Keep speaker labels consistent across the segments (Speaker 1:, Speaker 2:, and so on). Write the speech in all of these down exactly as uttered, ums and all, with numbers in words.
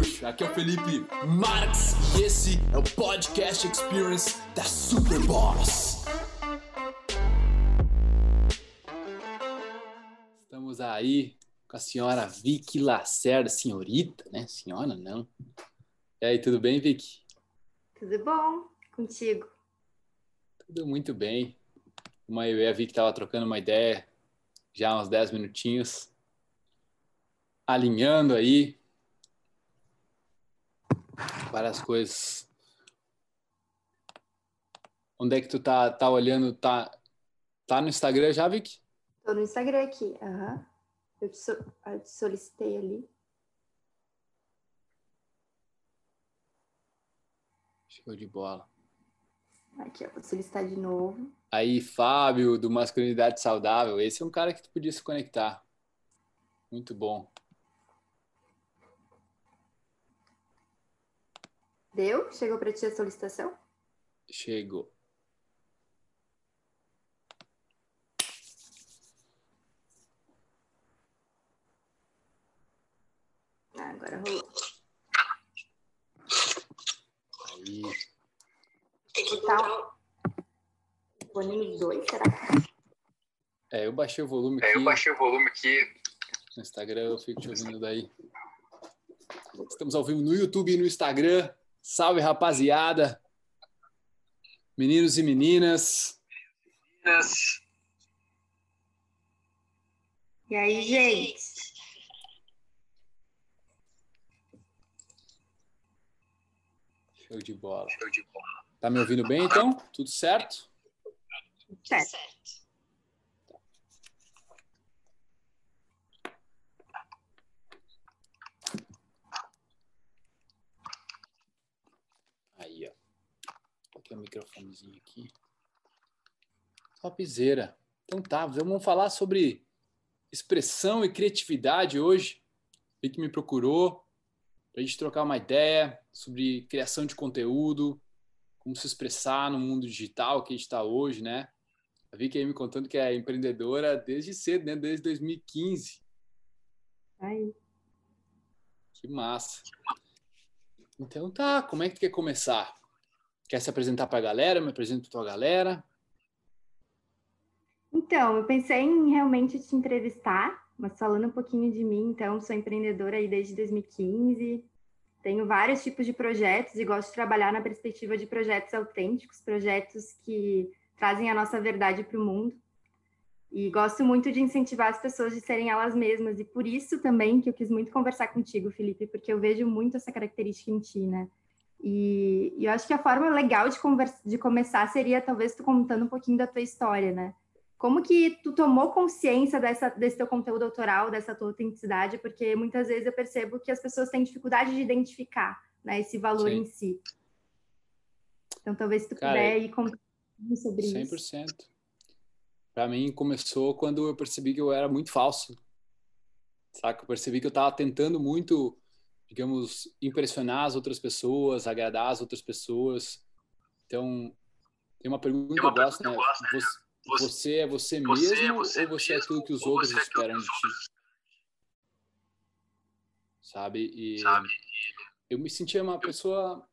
Speaker 1: bruxo, aqui é o Felipe Marques e esse é o Podcast Experience da Superboss. Estamos aí com a senhora Vicky Lacerda, senhorita, né? Senhora não. E aí, tudo bem, Vicky?
Speaker 2: Tudo bom contigo?
Speaker 1: Tudo muito bem. Uma eu e a Vicky tava trocando uma ideia já há uns dez minutinhos, alinhando aí várias coisas. Onde é que tu tá, tá olhando? Tá, tá no Instagram já, Vicky?
Speaker 2: Tô no Instagram aqui. Uhum. Eu, te so- eu te solicitei ali.
Speaker 1: Show de bola.
Speaker 2: Aqui, ó, vou solicitar de novo.
Speaker 1: Aí, Fábio, do Masculinidade Saudável. Esse é um cara que tu podia se conectar. Muito bom.
Speaker 2: Deu? Chegou para ti a solicitação?
Speaker 1: Chegou.
Speaker 2: Ah, agora rolou.
Speaker 1: Aí.
Speaker 2: Tem que botar o fone nos dois, será?
Speaker 1: É, eu baixei o volume aqui.
Speaker 3: É, eu baixei o volume aqui.
Speaker 1: No Instagram eu fico te ouvindo daí. Estamos ao vivo no YouTube e no Instagram. Salve, rapaziada. Meninos e meninas.
Speaker 3: Yes.
Speaker 2: E aí, gente?
Speaker 1: Show de bola.
Speaker 3: Show de bola.
Speaker 1: Tá me ouvindo bem, então? Tudo certo?
Speaker 2: Certo.
Speaker 1: Aí, ó. Coloquei o microfonezinho aqui. Topzera. Então tá, vamos falar sobre expressão e criatividade hoje. Vi que me procurou pra gente trocar uma ideia sobre criação de conteúdo, como se expressar no mundo digital que a gente está hoje, né? A Vicky aí me contando que é empreendedora desde cedo, né? Desde dois mil e quinze.
Speaker 2: Aí.
Speaker 1: Que massa. Então tá, como é que tu quer começar? Quer se apresentar pra galera? Me apresenta pra tua galera.
Speaker 2: Então, eu pensei em realmente te entrevistar, mas falando um pouquinho de mim, então, sou empreendedora aí desde dois mil e quinze, tenho vários tipos de projetos e gosto de trabalhar na perspectiva de projetos autênticos, projetos que trazem a nossa verdade para o mundo. E gosto muito de incentivar as pessoas de serem elas mesmas, e por isso também que eu quis muito conversar contigo, Felipe, porque eu vejo muito essa característica em ti, né? E, e eu acho que a forma legal de, conversa, de começar seria talvez tu contando um pouquinho da tua história, né? Como que tu tomou consciência dessa, desse teu conteúdo autoral, dessa tua autenticidade? Porque muitas vezes eu percebo que as pessoas têm dificuldade de identificar, né, esse valor
Speaker 1: Sim.
Speaker 2: em si. Então, talvez se tu
Speaker 1: Cara,
Speaker 2: puder ir contar sobre
Speaker 1: cem por
Speaker 2: isso.
Speaker 1: cento. Para mim, começou quando eu percebi que eu era muito falso. Saca? Eu percebi que eu estava tentando muito, digamos, impressionar as outras pessoas, agradar as outras pessoas. Então, tem uma pergunta que eu gosto, né? Você, você é você mesmo
Speaker 3: Você é você
Speaker 1: ou você é
Speaker 3: mesmo,
Speaker 1: aquilo que os
Speaker 3: ou
Speaker 1: outros
Speaker 3: você é aquilo
Speaker 1: esperam
Speaker 3: que
Speaker 1: de
Speaker 3: os
Speaker 1: ti?
Speaker 3: outros-
Speaker 1: Sabe? E
Speaker 3: Sabe?
Speaker 1: eu me sentia uma pessoa...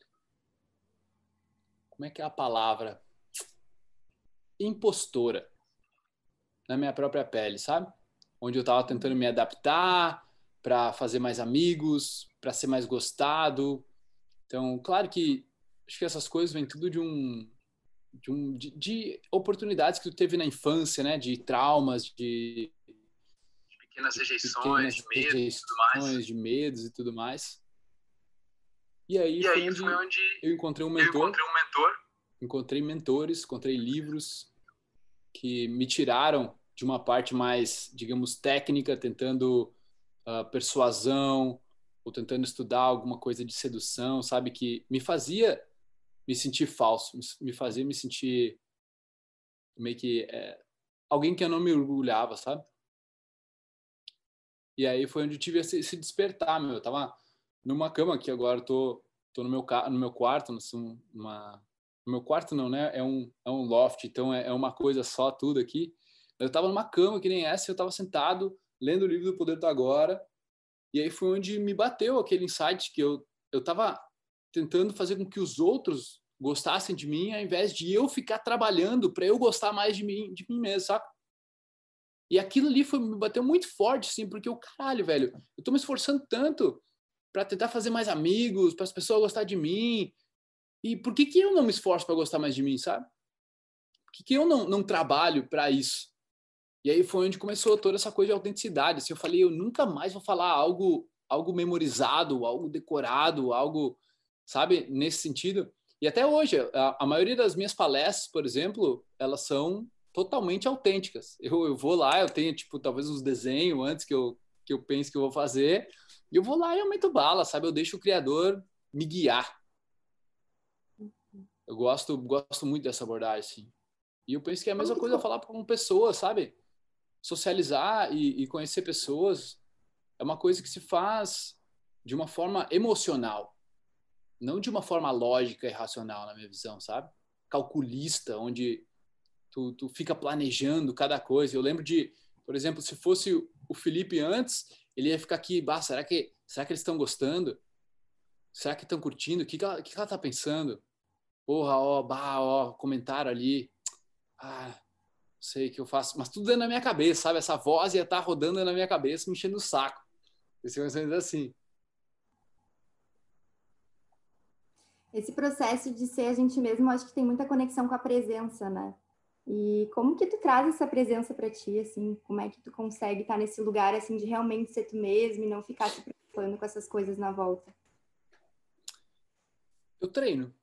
Speaker 1: Como é que é a palavra? Impostora na minha própria pele, sabe? Onde eu tava tentando me adaptar para fazer mais amigos, para ser mais gostado. Então, claro que acho que essas coisas vêm tudo de um de, um, de, de oportunidades que tu teve na infância, né? De traumas, de
Speaker 3: Pequenas
Speaker 1: pequenas
Speaker 3: rejeições, de medo e tudo mais.
Speaker 1: rejeições, de medos e tudo mais. E aí,
Speaker 3: E
Speaker 1: foi,
Speaker 3: aí
Speaker 1: onde
Speaker 3: foi onde
Speaker 1: eu encontrei um
Speaker 3: eu
Speaker 1: mentor,
Speaker 3: encontrei um mentor.
Speaker 1: encontrei mentores, encontrei livros que me tiraram de uma parte mais, digamos, técnica, tentando uh, persuasão ou tentando estudar alguma coisa de sedução, sabe? Que me fazia me sentir falso, me fazia me sentir meio que é, alguém que eu não me orgulhava, sabe? E aí foi onde eu tive esse, esse despertar, meu. Eu tava numa cama aqui agora, eu tô, tô no, meu, no meu quarto, numa... no meu quarto não, né? É um, é um loft, então é, é uma coisa só, tudo aqui. Eu tava numa cama que nem essa, eu tava sentado, lendo o livro do Poder do Agora, E aí foi onde me bateu aquele insight que eu eu tava tentando fazer com que os outros gostassem de mim, ao invés de eu ficar trabalhando para eu gostar mais de mim, de mim mesmo, sabe? E aquilo ali foi, me bateu muito forte, assim, porque o caralho, velho, eu tô me esforçando tanto para tentar fazer mais amigos, para as pessoas gostarem de mim. E por que que eu não me esforço para gostar mais de mim, sabe? Por que que eu não, não trabalho para isso? E aí foi onde começou toda essa coisa de autenticidade. Assim, eu falei, eu nunca mais vou falar algo, algo memorizado, algo decorado, algo, sabe, nesse sentido. E até hoje, a, a maioria das minhas palestras, por exemplo, elas são totalmente autênticas. Eu, eu vou lá, eu tenho, tipo, talvez uns desenhos antes que eu, que eu pense que eu vou fazer, e eu vou lá e aumento bala, sabe? Eu deixo o criador me guiar. Eu gosto, gosto muito dessa abordagem, assim. E eu penso que é a mesma coisa falar para uma pessoa, sabe? Socializar e, e conhecer pessoas é uma coisa que se faz de uma forma emocional, não de uma forma lógica e racional, na minha visão, sabe? Calculista, onde tu, tu fica planejando cada coisa. Eu lembro de, por exemplo, se fosse o Felipe antes, ele ia ficar aqui, bah, será que, será que eles estão gostando? Será que estão curtindo? O que, que, ela, que, que ela tá pensando? Porra, ó, bah, ó, comentário ali. Ah, sei o que eu faço, mas tudo dentro da minha cabeça, sabe? Essa voz ia estar rodando na minha cabeça, me enchendo o saco. Esse é mais ou menos assim.
Speaker 2: Esse processo de ser a gente mesmo, eu acho que tem muita conexão com a presença, né? E como que tu traz essa presença para ti, assim? Como é que tu consegue estar nesse lugar, assim, de realmente ser tu mesmo e não ficar se preocupando com essas coisas na volta?
Speaker 1: Eu treino.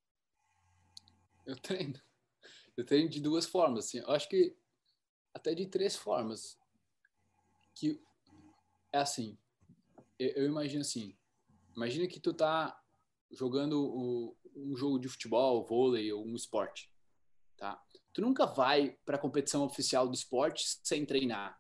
Speaker 1: Eu treino. Eu treino de duas formas, assim. Eu acho que até de três formas. Que é assim, eu, eu imagino assim, imagina que tu tá jogando o, um jogo de futebol, vôlei ou um esporte, tá? Tu nunca vai para a competição oficial do esporte sem treinar,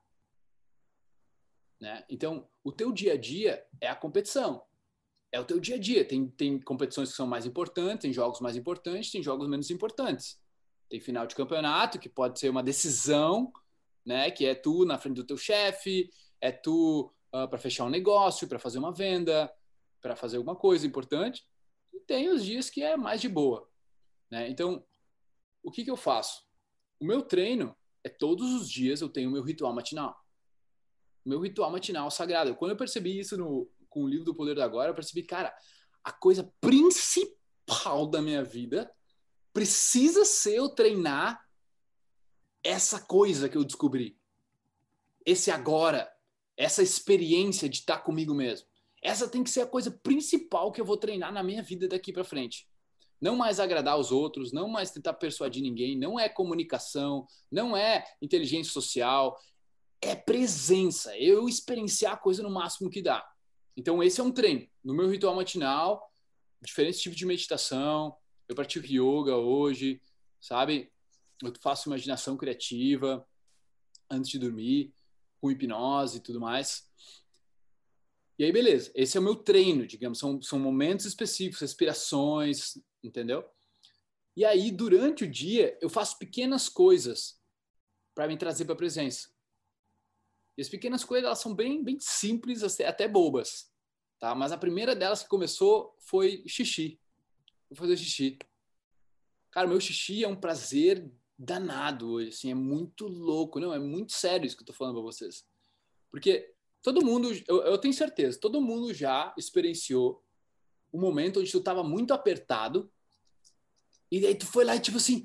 Speaker 1: né? Então, o teu dia a dia é a competição. É o teu dia a dia. Tem, tem competições que são mais importantes, tem jogos mais importantes, tem jogos menos importantes. Tem final de campeonato, que pode ser uma decisão, né? Que é tu na frente do teu chefe, é tu uh, para fechar um negócio, para fazer uma venda, para fazer alguma coisa importante. E tem os dias que é mais de boa, né? Então, o que que eu faço? O meu treino é todos os dias eu tenho o meu ritual matinal. O meu ritual matinal sagrado. Quando eu percebi isso no, com o livro do Poder do Agora, eu percebi, cara, a coisa principal da minha vida precisa ser eu treinar essa coisa que eu descobri. Esse agora, essa experiência de estar comigo mesmo. Essa tem que ser a coisa principal que eu vou treinar na minha vida daqui para frente. Não mais agradar os outros, não mais tentar persuadir ninguém, não é comunicação, não é inteligência social, é presença. Eu experienciar a coisa no máximo que dá. Então esse é um treino. No meu ritual matinal, diferentes tipos de meditação, eu pratico yoga hoje, sabe? Eu faço imaginação criativa antes de dormir, com hipnose e tudo mais. E aí, beleza. Esse é o meu treino, digamos. São, são momentos específicos, respirações, entendeu? E aí, durante o dia, eu faço pequenas coisas para me trazer para a presença. E as pequenas coisas, elas são bem, bem simples, até bobas. Tá? Mas a primeira delas que começou foi xixi. Vou fazer xixi. Cara, meu xixi é um prazer danado hoje, assim, é muito louco. Não, é muito sério isso que eu tô falando para vocês. Porque todo mundo, eu, eu tenho certeza, todo mundo já experienciou um momento onde tu tava muito apertado e daí tu foi lá e tipo assim,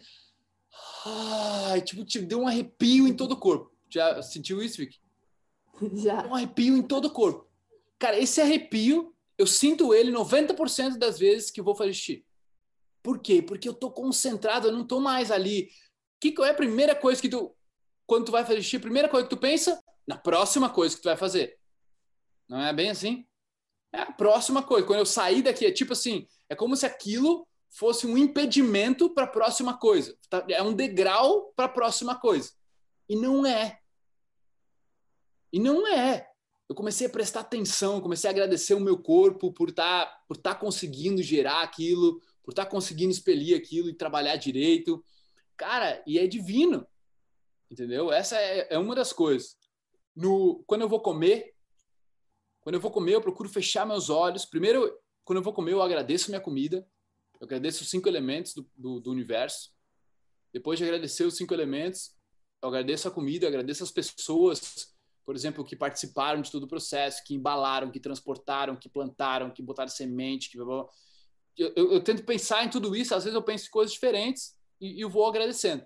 Speaker 1: ai, tipo, te deu um arrepio em todo o corpo. Já sentiu isso, Vicky?
Speaker 2: Já.
Speaker 1: Um arrepio em todo o corpo. Cara, esse arrepio, eu sinto ele noventa por cento das vezes que eu vou fazer xixi. Por quê? Porque eu tô concentrado, eu não tô mais ali. Que qual é a primeira coisa que tu, quando tu vai fazer xixi, a primeira coisa que tu pensa? Na próxima coisa que tu vai fazer. Não é bem assim? É a próxima coisa. Quando eu sair daqui, é tipo assim, é como se aquilo fosse um impedimento para a próxima coisa. É um degrau para a próxima coisa. E não é. E não é. Eu comecei a prestar atenção, comecei a agradecer o meu corpo por estar por tá conseguindo gerar aquilo, por estar tá conseguindo expelir aquilo e trabalhar direito. Cara, e é divino. Entendeu? Essa é, é uma das coisas. No, quando eu vou comer, Quando eu vou comer, eu procuro fechar meus olhos. Primeiro, quando eu vou comer, eu agradeço minha comida. Eu agradeço os cinco elementos do, do, do universo. Depois de agradecer os cinco elementos, eu agradeço a comida, eu agradeço as pessoas, por exemplo, que participaram de todo o processo, que embalaram, que transportaram, que plantaram, que botaram semente. Que... Eu, eu, eu tento pensar em tudo isso. Às vezes eu penso em coisas diferentes e, e eu vou agradecendo.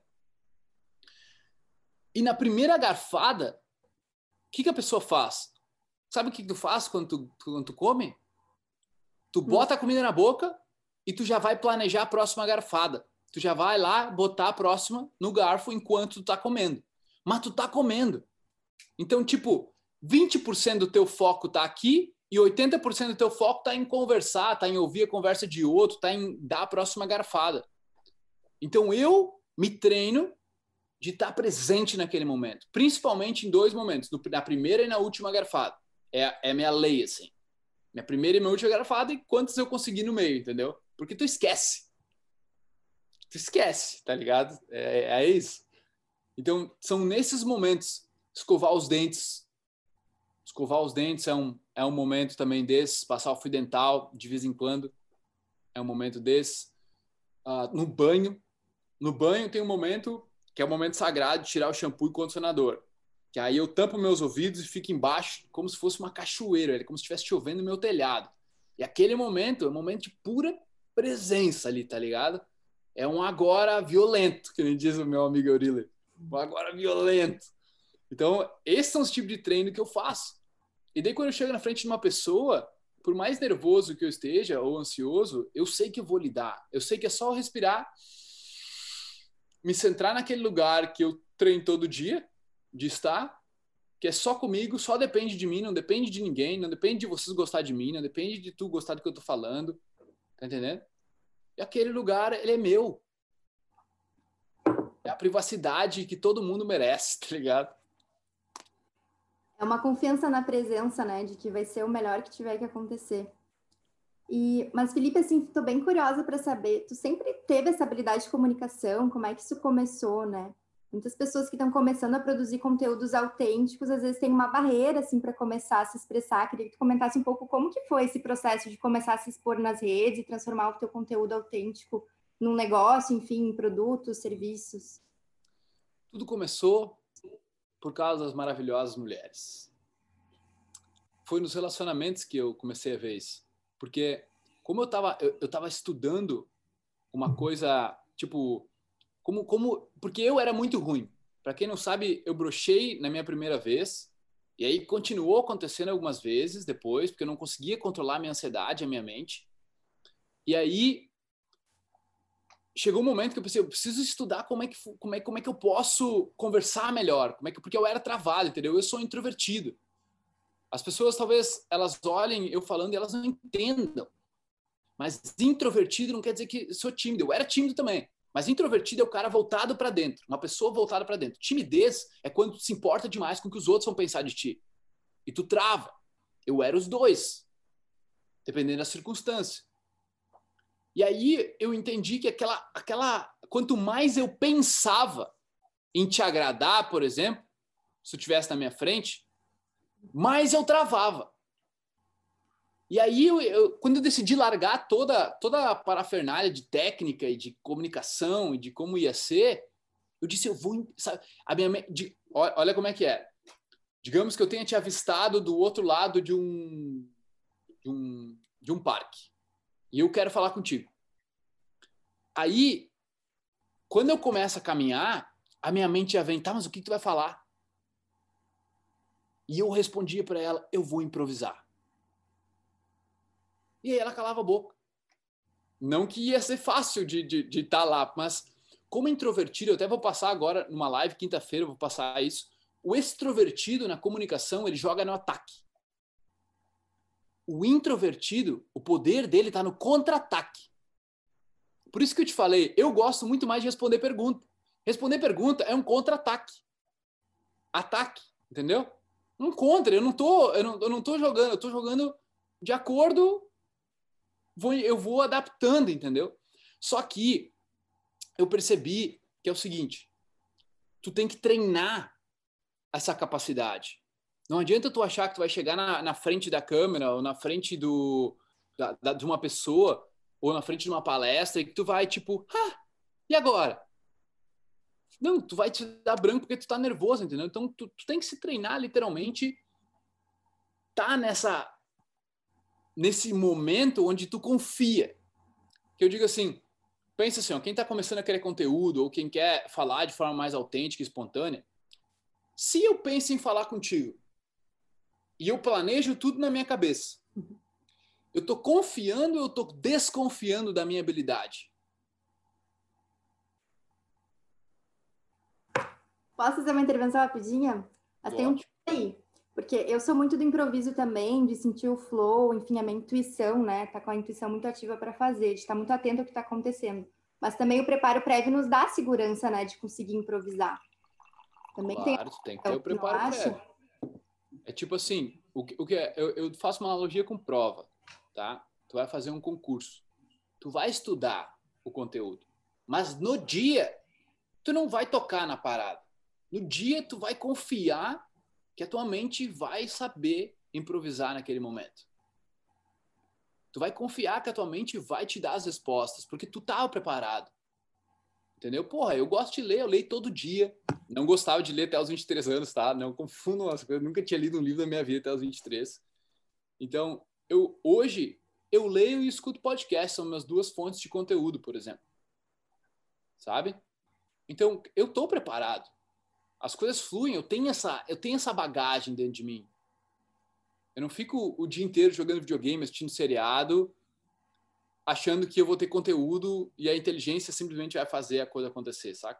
Speaker 1: E na primeira garfada, o que, que a pessoa faz? Sabe o que tu faz quando tu, quando tu come? Tu bota a comida na boca e tu já vai planejar a próxima garfada. Tu já vai lá botar a próxima no garfo enquanto tu tá comendo. Mas tu tá comendo. Então, tipo, vinte por cento do teu foco tá aqui e oitenta por cento do teu foco tá em conversar, tá em ouvir a conversa de outro, tá em dar a próxima garfada. Então, eu me treino de estar presente naquele momento. Principalmente em dois momentos, na primeira e na última garfada. É, é minha lei, assim. Minha primeira e minha última garfada e quantas eu consegui no meio, entendeu? Porque tu esquece. Tu esquece, tá ligado? É, é isso. Então, são nesses momentos. Escovar os dentes. Escovar os dentes é um, é um momento também desses. Passar o fio dental de vez em quando. É um momento desse. Uh, no banho. No banho tem um momento que é o momento sagrado de tirar o shampoo e condicionador. Que aí eu tampo meus ouvidos e fico embaixo como se fosse uma cachoeira, como se estivesse chovendo no meu telhado. E aquele momento é um momento de pura presença ali, tá ligado? É um agora violento, que nem diz o meu amigo Eurílio. Um agora violento. Então, esses são os tipos de treino que eu faço. E daí quando eu chego na frente de uma pessoa, por mais nervoso que eu esteja ou ansioso, eu sei que eu vou lidar. Eu sei que é só eu respirar, me centrar naquele lugar que eu treino todo dia, de estar, que é só comigo, só depende de mim, não depende de ninguém, não depende de vocês gostar de mim, não depende de tu gostar do que eu tô falando, tá entendendo? E aquele lugar, ele é meu. É a privacidade que todo mundo merece, tá ligado?
Speaker 2: É uma confiança na presença, né, de que vai ser o melhor que tiver que acontecer. E, mas, Felipe, assim, tô bem curiosa para saber, tu sempre teve essa habilidade de comunicação, como é que isso começou, né? Muitas pessoas que estão começando a produzir conteúdos autênticos, às vezes tem uma barreira, assim, para começar a se expressar. Queria que tu comentasse um pouco como que foi esse processo de começar a se expor nas redes e transformar o teu conteúdo autêntico num negócio, enfim, em produtos, serviços.
Speaker 1: Tudo começou por causa das maravilhosas mulheres. Foi nos relacionamentos que eu comecei a ver isso. Porque como eu estava eu, eu tava estudando uma coisa, tipo... Como, como, porque eu era muito ruim. Para quem não sabe, eu brochei na minha primeira vez, e aí continuou acontecendo algumas vezes depois, porque eu não conseguia controlar a minha ansiedade, a minha mente. E aí chegou um momento que eu pensei, eu preciso estudar como é que, como é, como é que eu posso conversar melhor, como é que, porque eu era travado, entendeu? Eu sou introvertido. As pessoas talvez elas olhem eu falando e elas não entendam. Mas introvertido não quer dizer que eu sou tímido. Eu era tímido também. Mas introvertido é o cara voltado para dentro, uma pessoa voltada para dentro. Timidez é quando tu se importa demais com o que os outros vão pensar de ti. E tu trava. Eu era os dois, dependendo da circunstância. E aí eu entendi que aquela, aquela, quanto mais eu pensava em te agradar, por exemplo, se tu estivesse na minha frente, mais eu travava. E aí, eu, eu, quando eu decidi largar toda, toda a parafernália de técnica e de comunicação e de como ia ser, eu disse, eu vou... Sabe, a minha, de, olha como é que é. Digamos que eu tenha te avistado do outro lado de um, de um, de um parque. E eu quero falar contigo. Aí, quando eu começo a caminhar, a minha mente já vem, tá, mas o que tu vai falar? E eu respondia para ela, eu vou improvisar. E aí ela calava a boca. Não que ia ser fácil de estar de, de tá lá, mas como introvertido, eu até vou passar agora numa live, quinta-feira eu vou passar isso, o extrovertido na comunicação, ele joga no ataque. O introvertido, o poder dele está no contra-ataque. Por isso que eu te falei, eu gosto muito mais de responder pergunta. Responder pergunta é um contra-ataque. Ataque, entendeu? Um contra, eu não tô, eu não, eu não tô jogando, eu tô jogando de acordo... Vou, eu vou adaptando, entendeu? Só que eu percebi que é o seguinte, tu tem que treinar essa capacidade. Não adianta tu achar que tu vai chegar na, na frente da câmera ou na frente do, da, da, de uma pessoa ou na frente de uma palestra e que tu vai tipo, ah, e agora? Não, tu vai te dar branco porque tu tá nervoso, entendeu? Então tu, tu tem que se treinar literalmente, tá nessa nesse momento onde tu confia. Que eu digo assim, pensa assim, ó, quem tá começando a querer conteúdo ou quem quer falar de forma mais autêntica e espontânea, se eu penso em falar contigo e eu planejo tudo na minha cabeça, eu tô confiando ou eu tô desconfiando da minha habilidade?
Speaker 2: Posso fazer uma intervenção rapidinha? Mas tem um
Speaker 1: Ótimo.
Speaker 2: ponto aí, porque eu sou muito do improviso também, de sentir o flow, enfim, a minha intuição, né? Tá com a intuição muito ativa para fazer, de estar muito atento ao que está acontecendo. Mas também o preparo prévio nos dá segurança, né, de conseguir improvisar. Também tem.
Speaker 1: Claro, tu tem que ter o
Speaker 2: Não
Speaker 1: preparo
Speaker 2: acha?
Speaker 1: prévio. É tipo assim, o que, o que é, eu, eu faço uma analogia com prova, tá? Tu vai fazer um concurso, tu vai estudar o conteúdo, mas no dia tu não vai tocar na parada. No dia tu vai confiar que a tua mente vai saber improvisar naquele momento. Tu vai confiar que a tua mente vai te dar as respostas, porque tu tá preparado. Entendeu? Porra, eu gosto de ler, eu leio todo dia. Não gostava de ler até os vinte e três anos, tá? Não confundo as coisas. Eu nunca tinha lido um livro na minha vida até os vinte e três. Então, eu hoje eu leio e escuto podcast, são minhas duas fontes de conteúdo, por exemplo. Sabe? Então, eu tô preparado. As coisas fluem, eu tenho essa, eu tenho essa bagagem dentro de mim. Eu não fico o dia inteiro jogando videogame, assistindo seriado, achando que eu vou ter conteúdo e a inteligência simplesmente vai fazer a coisa acontecer, saca?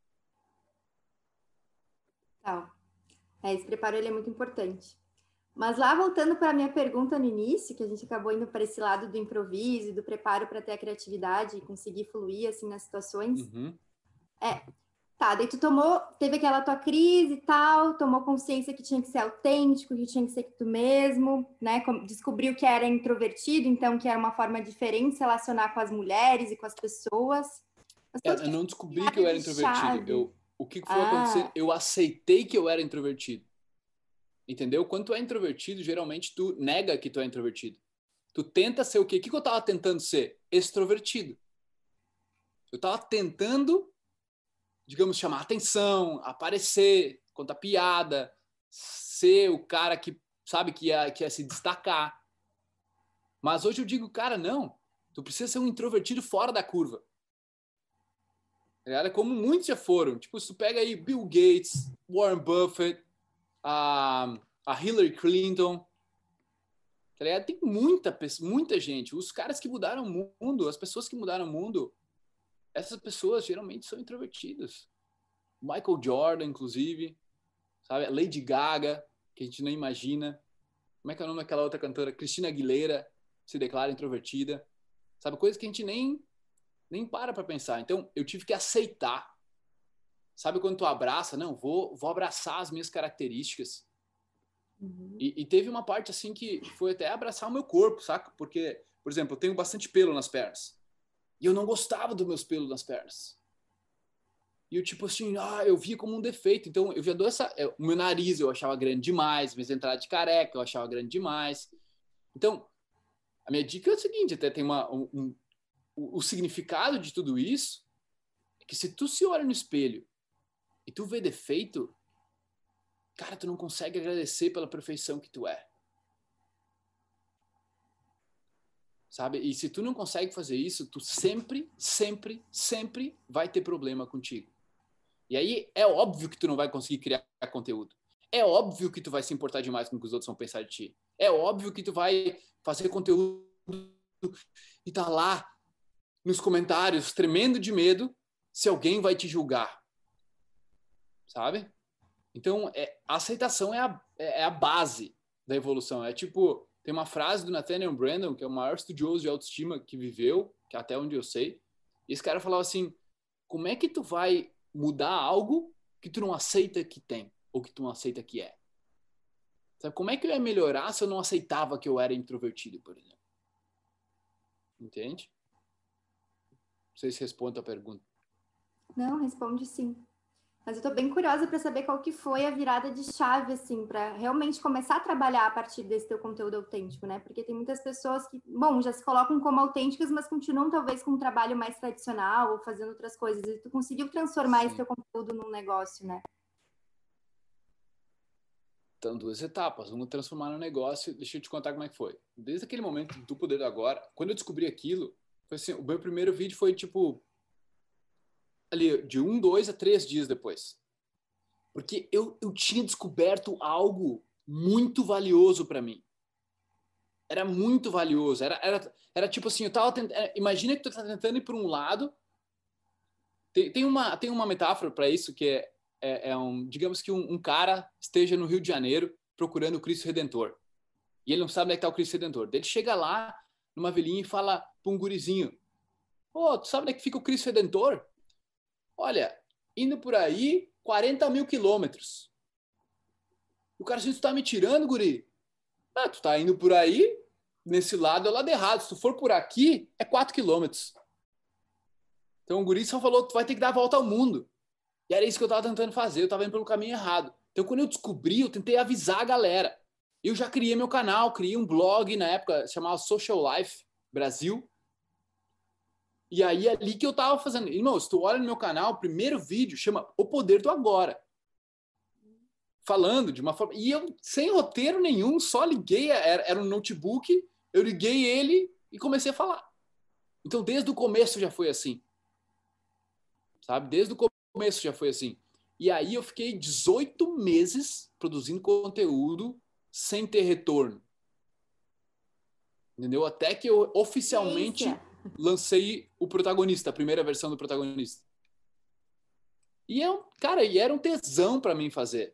Speaker 2: Tá. É, esse preparo ele é muito importante. Mas lá, voltando para a minha pergunta no início, que a gente acabou indo para esse lado do improviso, do preparo para ter a criatividade e conseguir fluir, assim, nas situações.
Speaker 1: Uhum.
Speaker 2: É, tá, daí tu tomou, teve aquela tua crise e tal, tomou consciência que tinha que ser autêntico, que tinha que ser tu mesmo, né? Descobriu que era introvertido, então que era uma forma diferente de se relacionar com as mulheres e com as pessoas. Mas
Speaker 1: É,
Speaker 2: quando
Speaker 1: eu
Speaker 2: que
Speaker 1: não descobri que eu
Speaker 2: virada
Speaker 1: era
Speaker 2: de
Speaker 1: introvertido.
Speaker 2: chave?
Speaker 1: Eu, o que foi acontecer?
Speaker 2: Ah,
Speaker 1: Eu aceitei que eu era introvertido. Entendeu? Quando tu é introvertido, geralmente tu nega que tu é introvertido. Tu tenta ser o quê? O que eu tava tentando ser? Extrovertido. Eu tava tentando, digamos, chamar atenção, aparecer, contar piada, ser o cara que, sabe, que ia, que ia se destacar. Mas hoje eu digo, cara, não. Tu precisa ser um introvertido fora da curva. Era como muitos já foram. Tipo, se tu pega aí Bill Gates, Warren Buffett, a, a Hillary Clinton, tá ligado? Tem muita, muita gente. Os caras que mudaram o mundo, as pessoas que mudaram o mundo, essas pessoas geralmente são introvertidas. Michael Jordan, inclusive, sabe? Lady Gaga, que a gente nem imagina. Como é que é o nome daquela outra cantora? Christina Aguilera se declara introvertida. Sabe? Coisas que a gente nem, nem para pra pensar. Então, eu tive que aceitar. Sabe quando tu abraça? Não, vou, vou abraçar as minhas características.
Speaker 2: uhum.
Speaker 1: E, e teve uma parte assim que foi até abraçar o meu corpo, saca? Porque, por exemplo, eu tenho bastante pelo nas pernas. E eu não gostava dos meus pelos nas pernas. E eu, tipo assim, ah, eu via como um defeito. Então, eu já dou essa... O meu nariz eu achava grande demais, minhas entradas de careca eu achava grande demais. Então, a minha dica é o seguinte, até tem uma... Um, um, o, o significado de tudo isso é que se tu se olha no espelho e tu vê defeito, cara, tu não consegue agradecer pela perfeição que tu é. Sabe? E se tu não consegue fazer isso, tu sempre, sempre, sempre vai ter problema contigo. E aí é óbvio que tu não vai conseguir criar conteúdo. É óbvio que tu vai se importar demais com o que os outros vão pensar de ti. É óbvio que tu vai fazer conteúdo e tá lá nos comentários tremendo de medo se alguém vai te julgar. Sabe? Então, é, a aceitação é a, é a base da evolução. É tipo, tem uma frase do Nathaniel Brandon, que é o maior estudioso de autoestima que viveu, que é até onde eu sei. E esse cara falava assim, como é que tu vai mudar algo que tu não aceita que tem, ou que tu não aceita que é? Sabe, como é que eu ia melhorar se eu não aceitava que eu era introvertido, por exemplo? Entende? Não sei se responde a pergunta.
Speaker 2: Não, responde sim. Mas eu tô bem curiosa para saber qual que foi a virada de chave, assim, para realmente começar a trabalhar a partir desse teu conteúdo autêntico, né? Porque tem muitas pessoas que, bom, já se colocam como autênticas, mas continuam talvez com um trabalho mais tradicional ou fazendo outras coisas. E tu conseguiu transformar
Speaker 1: Sim.
Speaker 2: esse teu conteúdo num negócio, né?
Speaker 1: Então, duas etapas. Uma, transformar no negócio. Deixa eu te contar como é que foi. Desde aquele momento do Poder do Agora, quando eu descobri aquilo, foi assim, o meu primeiro vídeo foi, tipo, ali, de um, dois a três dias depois. Porque eu, eu tinha descoberto algo muito valioso para mim. Era muito valioso. Era, era, era tipo assim, eu tava tentando... Imagina que tu tá tentando ir por um lado. Tem, tem, uma, tem uma metáfora para isso que é, é, é um... Digamos que um, um cara esteja no Rio de Janeiro procurando o Cristo Redentor. E ele não sabe onde é que tá o Cristo Redentor. Ele chega lá, numa vilinha, e fala pra um gurizinho: Ô, oh, tu sabe onde é que fica o Cristo Redentor? Olha, indo por aí, quarenta mil quilômetros. O cara assim, tu tá me tirando, guri? Ah, tu tá indo por aí, nesse lado é o lado errado. Se tu for por aqui, é quatro quilômetros. Então o guri só falou: tu vai ter que dar a volta ao mundo. E era isso que eu tava tentando fazer, eu tava indo pelo caminho errado. Então quando eu descobri, eu tentei avisar a galera. Eu já criei meu canal, criei um blog na época, chamava Social Life Brasil. E aí, ali que eu tava fazendo. Irmão, se tu olha no meu canal, o primeiro vídeo chama O Poder do Agora. Falando de uma forma... E eu, sem roteiro nenhum, só liguei, era, era um notebook, eu liguei ele e comecei a falar. Então, desde o começo já foi assim. Sabe? Desde o começo já foi assim. E aí eu fiquei dezoito meses produzindo conteúdo sem ter retorno. Entendeu? Até que eu oficialmente
Speaker 2: Ciência.
Speaker 1: lancei o Protagonista, a primeira versão do Protagonista. E eu, cara, e era um tesão para mim fazer.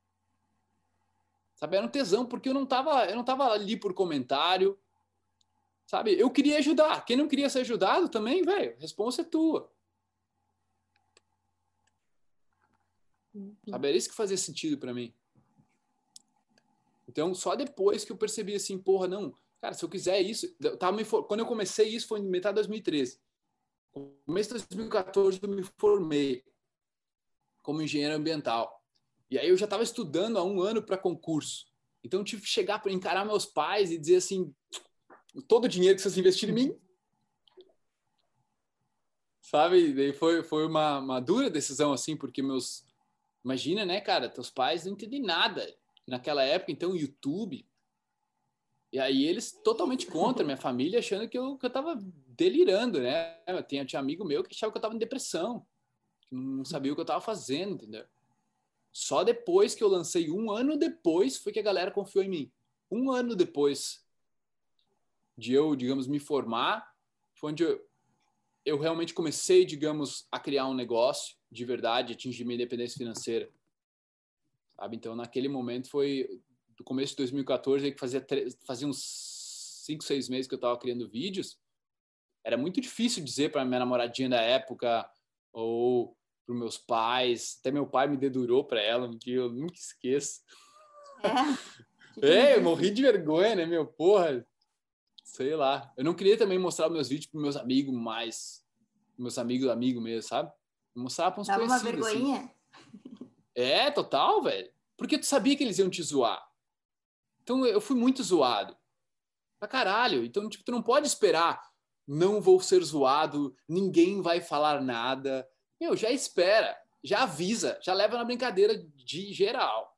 Speaker 1: Sabe, era um tesão porque eu não tava, eu não tava ali por comentário. Sabe? Eu queria ajudar. Quem não queria ser ajudado também, velho, a responsa é tua.
Speaker 2: Uhum.
Speaker 1: Sabe? Era isso que fazia sentido para mim. Então, só depois que eu percebi assim, porra, não, cara, se eu quiser isso, eu tava me for... quando eu comecei isso foi em metade de dois mil e treze. No começo de dois mil e quatorze eu me formei como engenheiro ambiental. E aí eu já estava estudando há um ano para concurso. Então eu tive que chegar para encarar meus pais e dizer assim, todo o dinheiro que vocês investiram em mim, sabe? E daí foi, foi uma, uma dura decisão assim, porque meus... Imagina, né, cara, teus pais não entendem nada naquela época, então YouTube... E aí eles totalmente contra, minha família achando que eu, que eu tava delirando, né? Eu tinha, tinha amigo meu que achava que eu tava em depressão, que não sabia o que eu tava fazendo, entendeu? Só depois que eu lancei, um ano depois, foi que a galera confiou em mim. Um ano depois de eu, digamos, me formar, foi onde eu, eu realmente comecei, digamos, a criar um negócio de verdade, atingir minha independência financeira. Sabe? Então, naquele momento foi... do começo de dois mil e quatorze, que fazia, fazia uns cinco, seis meses que eu estava criando vídeos, era muito difícil dizer para minha namoradinha da época ou para meus pais. Até meu pai me dedurou para ela, que eu nunca esqueço. É, é eu morri de vergonha, né, meu? Porra, sei lá. Eu não queria também mostrar meus vídeos para meus amigos mais, meus amigos amigos mesmo, sabe? Mostrar para uns
Speaker 2: Dava uma
Speaker 1: conhecidos.
Speaker 2: vergonhinha?
Speaker 1: Assim. É, total, velho. Porque tu sabia que eles iam te zoar. Então eu fui muito zoado. Pra caralho. Então, tipo, tu não pode esperar. Não vou ser zoado, ninguém vai falar nada. Meu, já espera, já avisa, já leva na brincadeira de geral.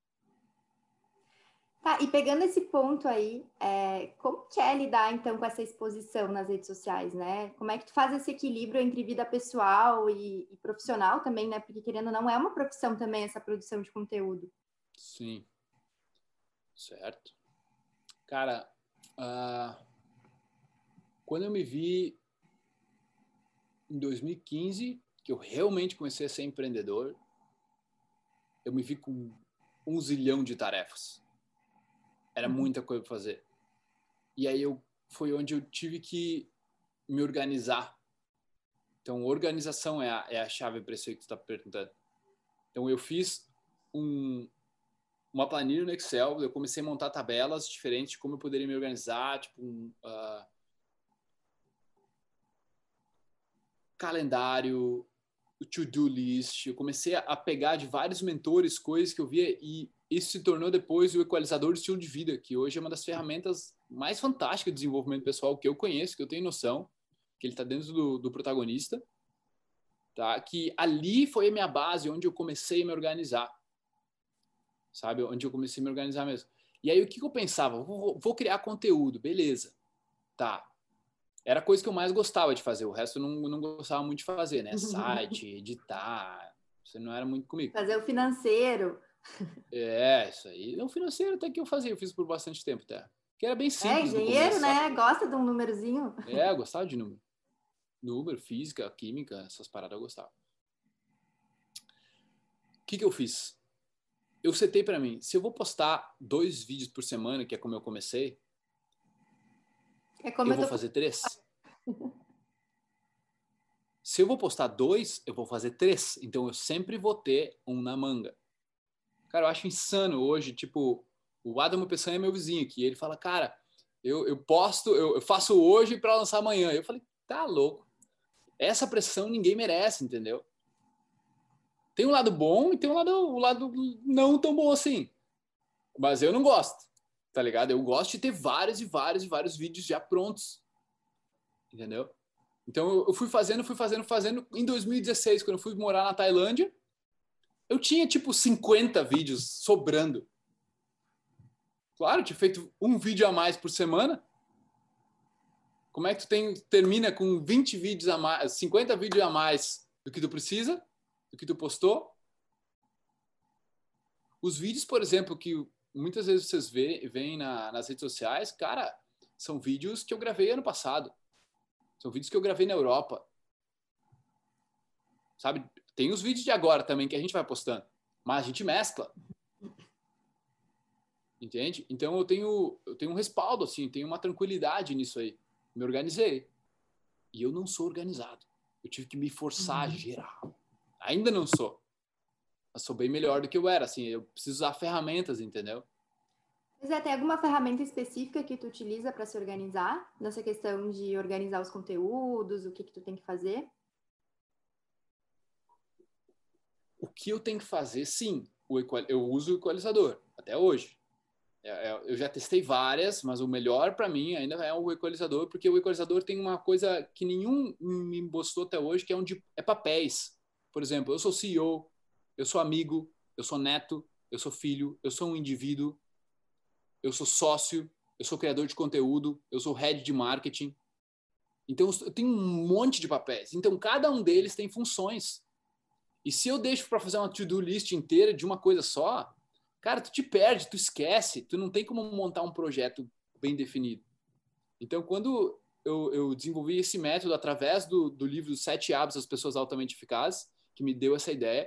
Speaker 2: Tá, e pegando esse ponto aí, é, como que é lidar, então, com essa exposição nas redes sociais, né? Como é que tu faz esse equilíbrio entre vida pessoal e, e profissional também, né? Porque, querendo ou não, é uma profissão também essa produção de conteúdo.
Speaker 1: Sim. Certo. Cara, uh, quando eu me vi em dois mil e quinze, que eu realmente comecei a ser empreendedor, eu me vi com um zilhão de tarefas. Era muita coisa para fazer. E aí eu, foi onde eu tive que me organizar. Então, organização é a, é a chave para isso aí que você está perguntando. Então, eu fiz um, uma planilha no Excel, eu comecei a montar tabelas diferentes de como eu poderia me organizar, tipo um uh, calendário, to-do list, eu comecei a pegar de vários mentores coisas que eu via e isso se tornou depois o equalizador de estilo de vida, que hoje é uma das ferramentas mais fantásticas de desenvolvimento pessoal que eu conheço, que eu tenho noção, que ele está dentro do, do protagonista, tá? Que ali foi a minha base, onde eu comecei a me organizar, sabe? Onde eu comecei a me organizar mesmo. E aí o que, que eu pensava? Vou, vou criar conteúdo, beleza, tá. Era a coisa que eu mais gostava de fazer, o resto eu não, não gostava muito de fazer, né? Site, editar, isso não era muito comigo.
Speaker 2: Fazer o financeiro.
Speaker 1: É, isso aí. Não, financeiro até que eu fazia, eu fiz por bastante tempo até. Que era bem simples.
Speaker 2: É, engenheiro,
Speaker 1: começo,
Speaker 2: né?
Speaker 1: sabe?
Speaker 2: Gosta de um númerozinho.
Speaker 1: É, eu gostava de número. Número, física, química, essas paradas eu gostava. O que que eu fiz? Eu setei pra mim, se eu vou postar dois vídeos por semana, que é como eu comecei,
Speaker 2: É como
Speaker 1: eu
Speaker 2: eu
Speaker 1: vou
Speaker 2: tô...
Speaker 1: fazer três. Se eu vou postar dois, eu vou fazer três. Então eu sempre vou ter um na manga. Cara, eu acho insano hoje, tipo, o Adamo Peçanha é meu vizinho aqui, ele fala, cara, eu, eu posto, eu, eu faço hoje para lançar amanhã. Eu falei, tá louco. Essa pressão ninguém merece, entendeu? Tem um lado bom e tem um lado, um lado não tão bom assim. Mas eu não gosto, tá ligado? Eu gosto de ter vários e vários e vários vídeos já prontos. Entendeu? Então eu fui fazendo, fui fazendo, fazendo. Em dois mil e dezesseis, quando eu fui morar na Tailândia, eu tinha tipo cinquenta vídeos sobrando. Claro, eu tinha feito um vídeo a mais por semana. Como é que tu tem, termina com vinte vídeos a mais, cinquenta vídeos a mais do que tu precisa, do que tu postou? Os vídeos, por exemplo, que muitas vezes vocês veem na, nas redes sociais, cara, são vídeos que eu gravei ano passado. São vídeos que eu gravei na Europa. Sabe? Tem os vídeos de agora também que a gente vai postando, mas a gente mescla. Entende? Então eu tenho, eu tenho um respaldo, assim, tenho uma tranquilidade nisso aí. Me organizei. E eu não sou organizado. Eu tive que me forçar
Speaker 2: Uhum.
Speaker 1: geral. Ainda não sou. Mas sou bem melhor do que eu era, assim. Eu preciso usar ferramentas, entendeu?
Speaker 2: Mas é, tem alguma ferramenta específica que tu utiliza para se organizar? Nessa questão de organizar os conteúdos, o que que tu tem que fazer?
Speaker 1: O que eu tenho que fazer, sim. O equal... Eu uso o equalizador, até hoje. Eu já testei várias, mas o melhor para mim ainda é o equalizador, porque o equalizador tem uma coisa que nenhum me mostrou até hoje, que é onde é papéis. Por exemplo, eu sou C E O, eu sou amigo, eu sou neto, eu sou filho, eu sou um indivíduo, eu sou sócio, eu sou criador de conteúdo, eu sou head de marketing. Então, eu tenho um monte de papéis. Então, cada um deles tem funções. E se eu deixo para fazer uma to-do list inteira de uma coisa só, cara, tu te perde, tu esquece, tu não tem como montar um projeto bem definido. Então, quando eu, eu desenvolvi esse método através do, do livro Sete Hábitos das Pessoas Altamente Eficazes, que me deu essa ideia,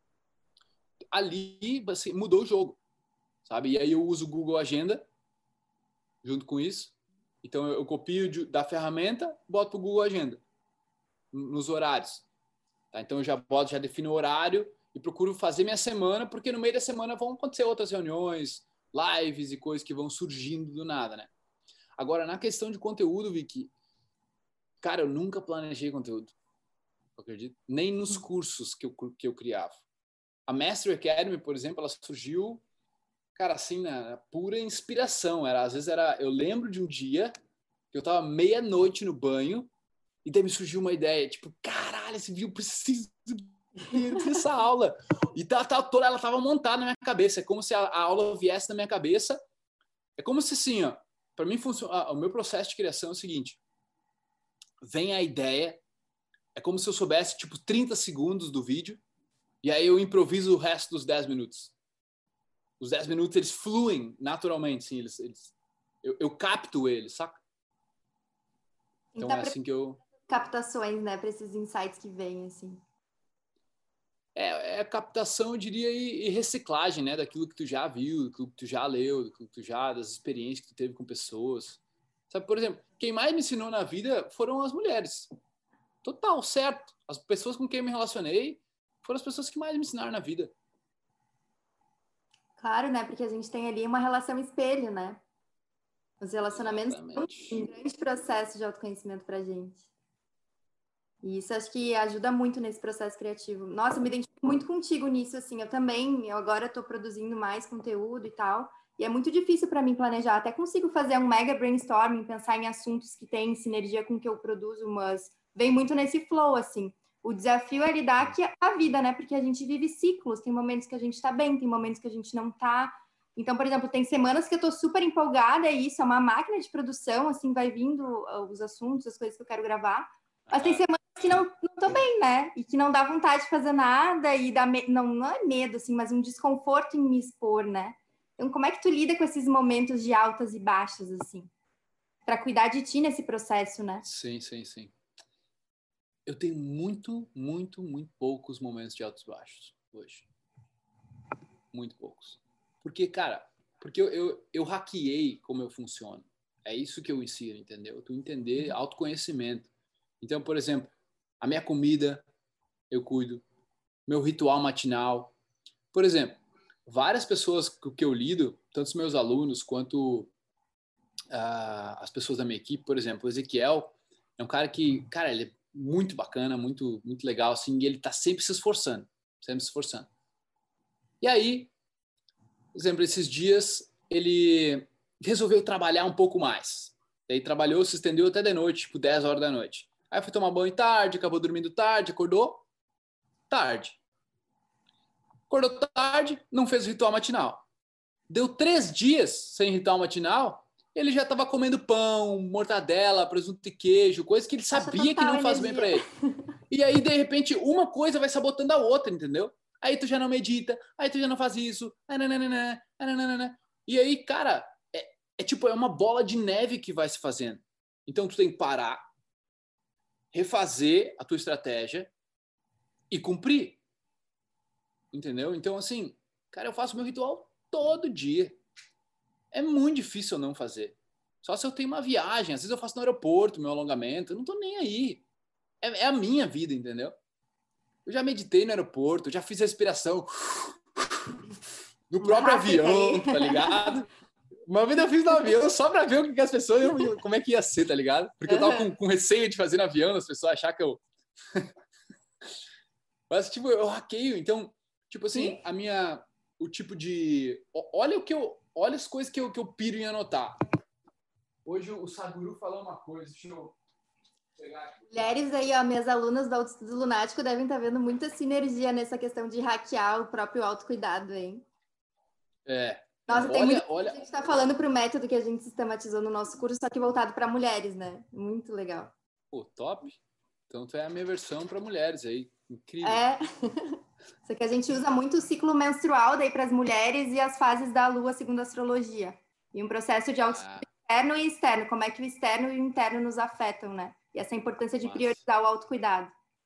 Speaker 1: ali assim, mudou o jogo, sabe? E aí eu uso o Google Agenda junto com isso. Então, eu, eu copio de, da ferramenta, boto para o Google Agenda, nos horários. Tá? Então, eu já boto, já defino o horário, e procuro fazer minha semana, porque no meio da semana vão acontecer outras reuniões, lives e coisas que vão surgindo do nada, né? Agora, na questão de conteúdo, Vicky, cara, eu nunca planejei conteúdo, acredito, nem nos cursos que eu, que eu criava. A Master Academy, por exemplo, ela surgiu, cara, assim, na pura inspiração. Era, às vezes era, eu lembro de um dia que eu tava meia-noite no banho e daí me surgiu uma ideia, tipo, caralho, esse vídeo eu preciso essa aula. E tá, tá, toda ela tava montada na minha cabeça. É como se a, a aula viesse na minha cabeça. É como se assim, ó, para mim funciona, o meu processo de criação é o seguinte: vem a ideia, é como se eu soubesse tipo trinta segundos do vídeo e aí eu improviso o resto dos dez minutos. Os dez minutos eles fluem naturalmente, sim, eles, eles eu, eu capto eles, saca? Então é assim que eu
Speaker 2: captações, né, para esses insights que vêm assim.
Speaker 1: É, é captação, eu diria, e, e reciclagem, né? Daquilo que tu já viu, daquilo que tu já leu, daquilo que tu já, das experiências que tu teve com pessoas. Sabe, por exemplo, quem mais me ensinou na vida foram as mulheres. Total, certo. As pessoas com quem eu me relacionei foram as pessoas que mais me ensinaram na vida.
Speaker 2: Claro, né? Porque a gente tem ali uma relação espelho, né? Os relacionamentos
Speaker 1: Exatamente.
Speaker 2: são um grande processo de autoconhecimento pra gente. E isso acho que ajuda muito nesse processo criativo. Nossa, eu me identifico muito contigo nisso, assim. Eu também, eu agora estou produzindo mais conteúdo e tal. E é muito difícil para mim planejar. Até consigo fazer um mega brainstorming, pensar em assuntos que têm sinergia com o que eu produzo, mas vem muito nesse flow, assim. O desafio é lidar aqui a vida, né? Porque a gente vive ciclos. Tem momentos que a gente está bem, tem momentos que a gente não está. Então, por exemplo, tem semanas que eu estou super empolgada, e isso é uma máquina de produção, assim, vai vindo os assuntos, as coisas que eu quero gravar. Mas tem semanas que não, não tô bem, né? E que não dá vontade de fazer nada, e dá me... não, não é medo, assim, mas um desconforto em me expor, né? Então, como é que tu lida com esses momentos de altas e baixas, assim? Para cuidar de ti nesse processo, né?
Speaker 1: Sim, sim, sim. Eu tenho muito, muito, muito poucos momentos de altos e baixos hoje. Muito poucos. Porque, cara, porque eu, eu, eu hackeei como eu funciono. É isso que eu ensino, entendeu? Tu entender autoconhecimento. Então, por exemplo, a minha comida eu cuido, meu ritual matinal. Por exemplo, várias pessoas que eu lido, tanto os meus alunos quanto uh, as pessoas da minha equipe, por exemplo, o Ezequiel é um cara que, cara, ele é muito bacana, muito, muito legal, assim, e ele tá sempre se esforçando, sempre se esforçando. E aí, por exemplo, esses dias ele resolveu trabalhar um pouco mais. Daí trabalhou, se estendeu até de noite, tipo dez horas da noite. Aí foi tomar banho tarde, acabou dormindo tarde, acordou tarde. Acordou tarde, não fez o ritual matinal. Deu três dias sem ritual matinal, ele já estava comendo pão, mortadela, presunto e queijo, coisa que ele sabia que não faz bem para ele. E aí, de repente, uma coisa vai sabotando a outra, entendeu? Aí tu já não medita, aí tu já não faz isso, nananana, nananana. E aí, cara, é, é tipo, é uma bola de neve que vai se fazendo. Então tu tem que parar, refazer a tua estratégia e cumprir. Entendeu? Então, assim, cara, eu faço meu ritual todo dia. É muito difícil eu não fazer. Só se eu tenho uma viagem, às vezes eu faço no aeroporto, meu alongamento, eu não tô nem aí. É, é a minha vida, entendeu? Eu já meditei no aeroporto, já fiz respiração no próprio avião, tá ligado? Uma vez eu fiz no avião só pra ver o que as pessoas, como é que ia ser, tá ligado? Porque eu tava com, com receio de fazer no avião, as pessoas achar que eu... Mas, tipo, eu hackeio, então, tipo assim, Sim. a minha... O tipo de... Olha o que eu... Olha as coisas que eu, que eu piro em anotar. Hoje o Sadhguru falou uma coisa, deixa eu...
Speaker 2: Mulheres aí, ó, minhas alunas do Autoestudo Lunático devem estar vendo muita sinergia nessa questão de hackear o próprio autocuidado, hein?
Speaker 1: É.
Speaker 2: Nossa,
Speaker 1: olha,
Speaker 2: tem muito
Speaker 1: olha...
Speaker 2: a gente está falando para o método que a gente sistematizou no nosso curso, só que voltado para mulheres, né? Muito legal.
Speaker 1: Pô, top. Então, tu é a minha versão para mulheres aí. Incrível.
Speaker 2: É. Só que a gente usa muito o ciclo menstrual daí para as mulheres e as fases da lua segundo a astrologia. E um processo de autoestudo ah. interno e externo. Como é que o externo e o interno nos afetam, né? E essa importância de Mas... priorizar o autocuidado.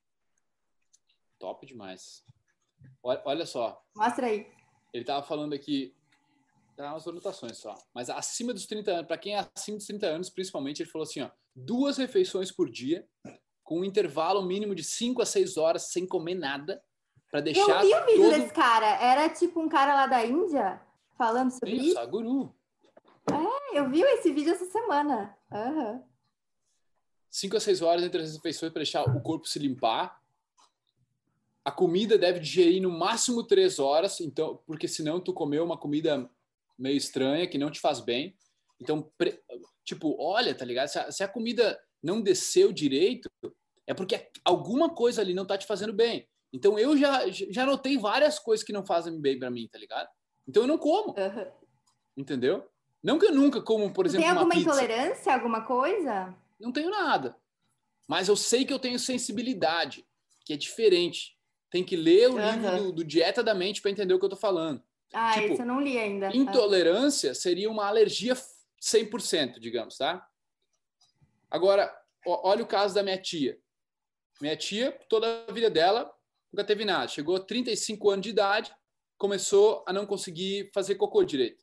Speaker 1: Top demais. Olha, olha só.
Speaker 2: Mostra aí.
Speaker 1: Ele estava falando aqui, tá umas anotações só, mas acima dos trinta anos, para quem é acima dos trinta anos, principalmente, ele falou assim, ó, duas refeições por dia, com um intervalo mínimo de cinco a seis horas, sem comer nada, para deixar
Speaker 2: Eu vi o vídeo
Speaker 1: todo...
Speaker 2: desse cara, era tipo um cara lá da Índia, falando sobre
Speaker 1: Sim,
Speaker 2: isso.
Speaker 1: Sadhguru.
Speaker 2: É, eu vi esse vídeo essa semana. Uhum.
Speaker 1: cinco a seis horas entre as refeições para deixar o corpo se limpar. A comida deve digerir no máximo três horas, então, porque senão tu comeu uma comida meio estranha, que não te faz bem. Então, pre... tipo, olha, tá ligado? Se a, se a comida não desceu direito, é porque alguma coisa ali não tá te fazendo bem. Então, eu já, já notei várias coisas que não fazem bem para mim, tá ligado? Então, eu não como. Uhum. Entendeu? Não que eu nunca como, por exemplo, uma pizza.
Speaker 2: Tem alguma intolerância, alguma coisa?
Speaker 1: Não tenho nada. Mas eu sei que eu tenho sensibilidade, que é diferente. Tem que ler o uhum. livro do, do Dieta da Mente para entender o que eu tô falando.
Speaker 2: Ah, tipo, esse eu não li ainda.
Speaker 1: Intolerância seria uma alergia cem por cento, digamos, tá? Agora, ó, olha o caso da minha tia. Minha tia, toda a vida dela, nunca teve nada. Chegou a trinta e cinco anos de idade, começou a não conseguir fazer cocô direito.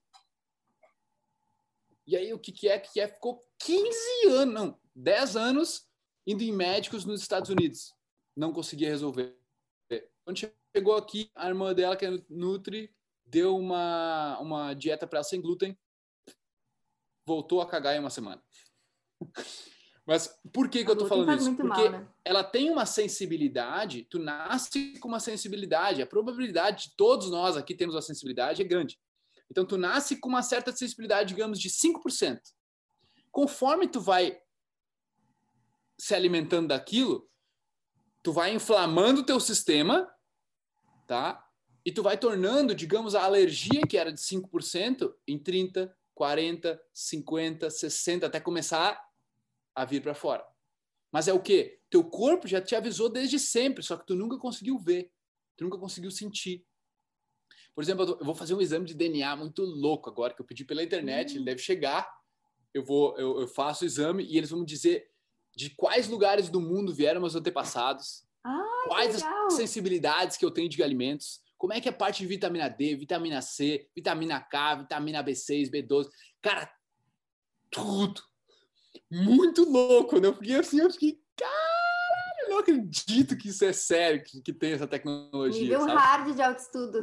Speaker 1: E aí, o que que é? que é? Ficou quinze anos, não, dez anos indo em médicos nos Estados Unidos. Não conseguia resolver. Quando chegou aqui, a irmã dela, que é Nutri, deu uma, uma dieta para ela sem glúten, voltou a cagar em uma semana. Mas por que que eu tô
Speaker 2: glúten
Speaker 1: falando
Speaker 2: faz
Speaker 1: isso?
Speaker 2: muito
Speaker 1: Porque
Speaker 2: mal, né?
Speaker 1: ela tem uma sensibilidade, tu nasce com uma sensibilidade, a probabilidade de todos nós aqui temos uma sensibilidade é grande. Então tu nasce com uma certa sensibilidade, digamos, de cinco por cento. Conforme tu vai se alimentando daquilo, tu vai inflamando o teu sistema, tá? E tu vai tornando, digamos, a alergia que era de cinco por cento em trinta, quarenta, cinquenta, sessenta, até começar a vir para fora. Mas é o quê? Teu corpo já te avisou desde sempre, só que tu nunca conseguiu ver, tu nunca conseguiu sentir. Por exemplo, eu vou fazer um exame de D N A muito louco agora, que eu pedi pela internet,
Speaker 2: Hum.
Speaker 1: ele deve chegar, eu, vou, eu, eu faço o exame e eles vão me dizer de quais lugares do mundo vieram meus antepassados,
Speaker 2: Ai,
Speaker 1: quais
Speaker 2: que
Speaker 1: as
Speaker 2: legal!
Speaker 1: sensibilidades que eu tenho de alimentos, como é que é a parte de vitamina D, vitamina C, vitamina K, vitamina B seis, B doze, cara, tudo. Muito louco, né? Eu fiquei assim, eu fiquei, caralho, eu não acredito que isso é sério, que, que tem essa tecnologia,
Speaker 2: Nível
Speaker 1: sabe?
Speaker 2: hard de autoestudo.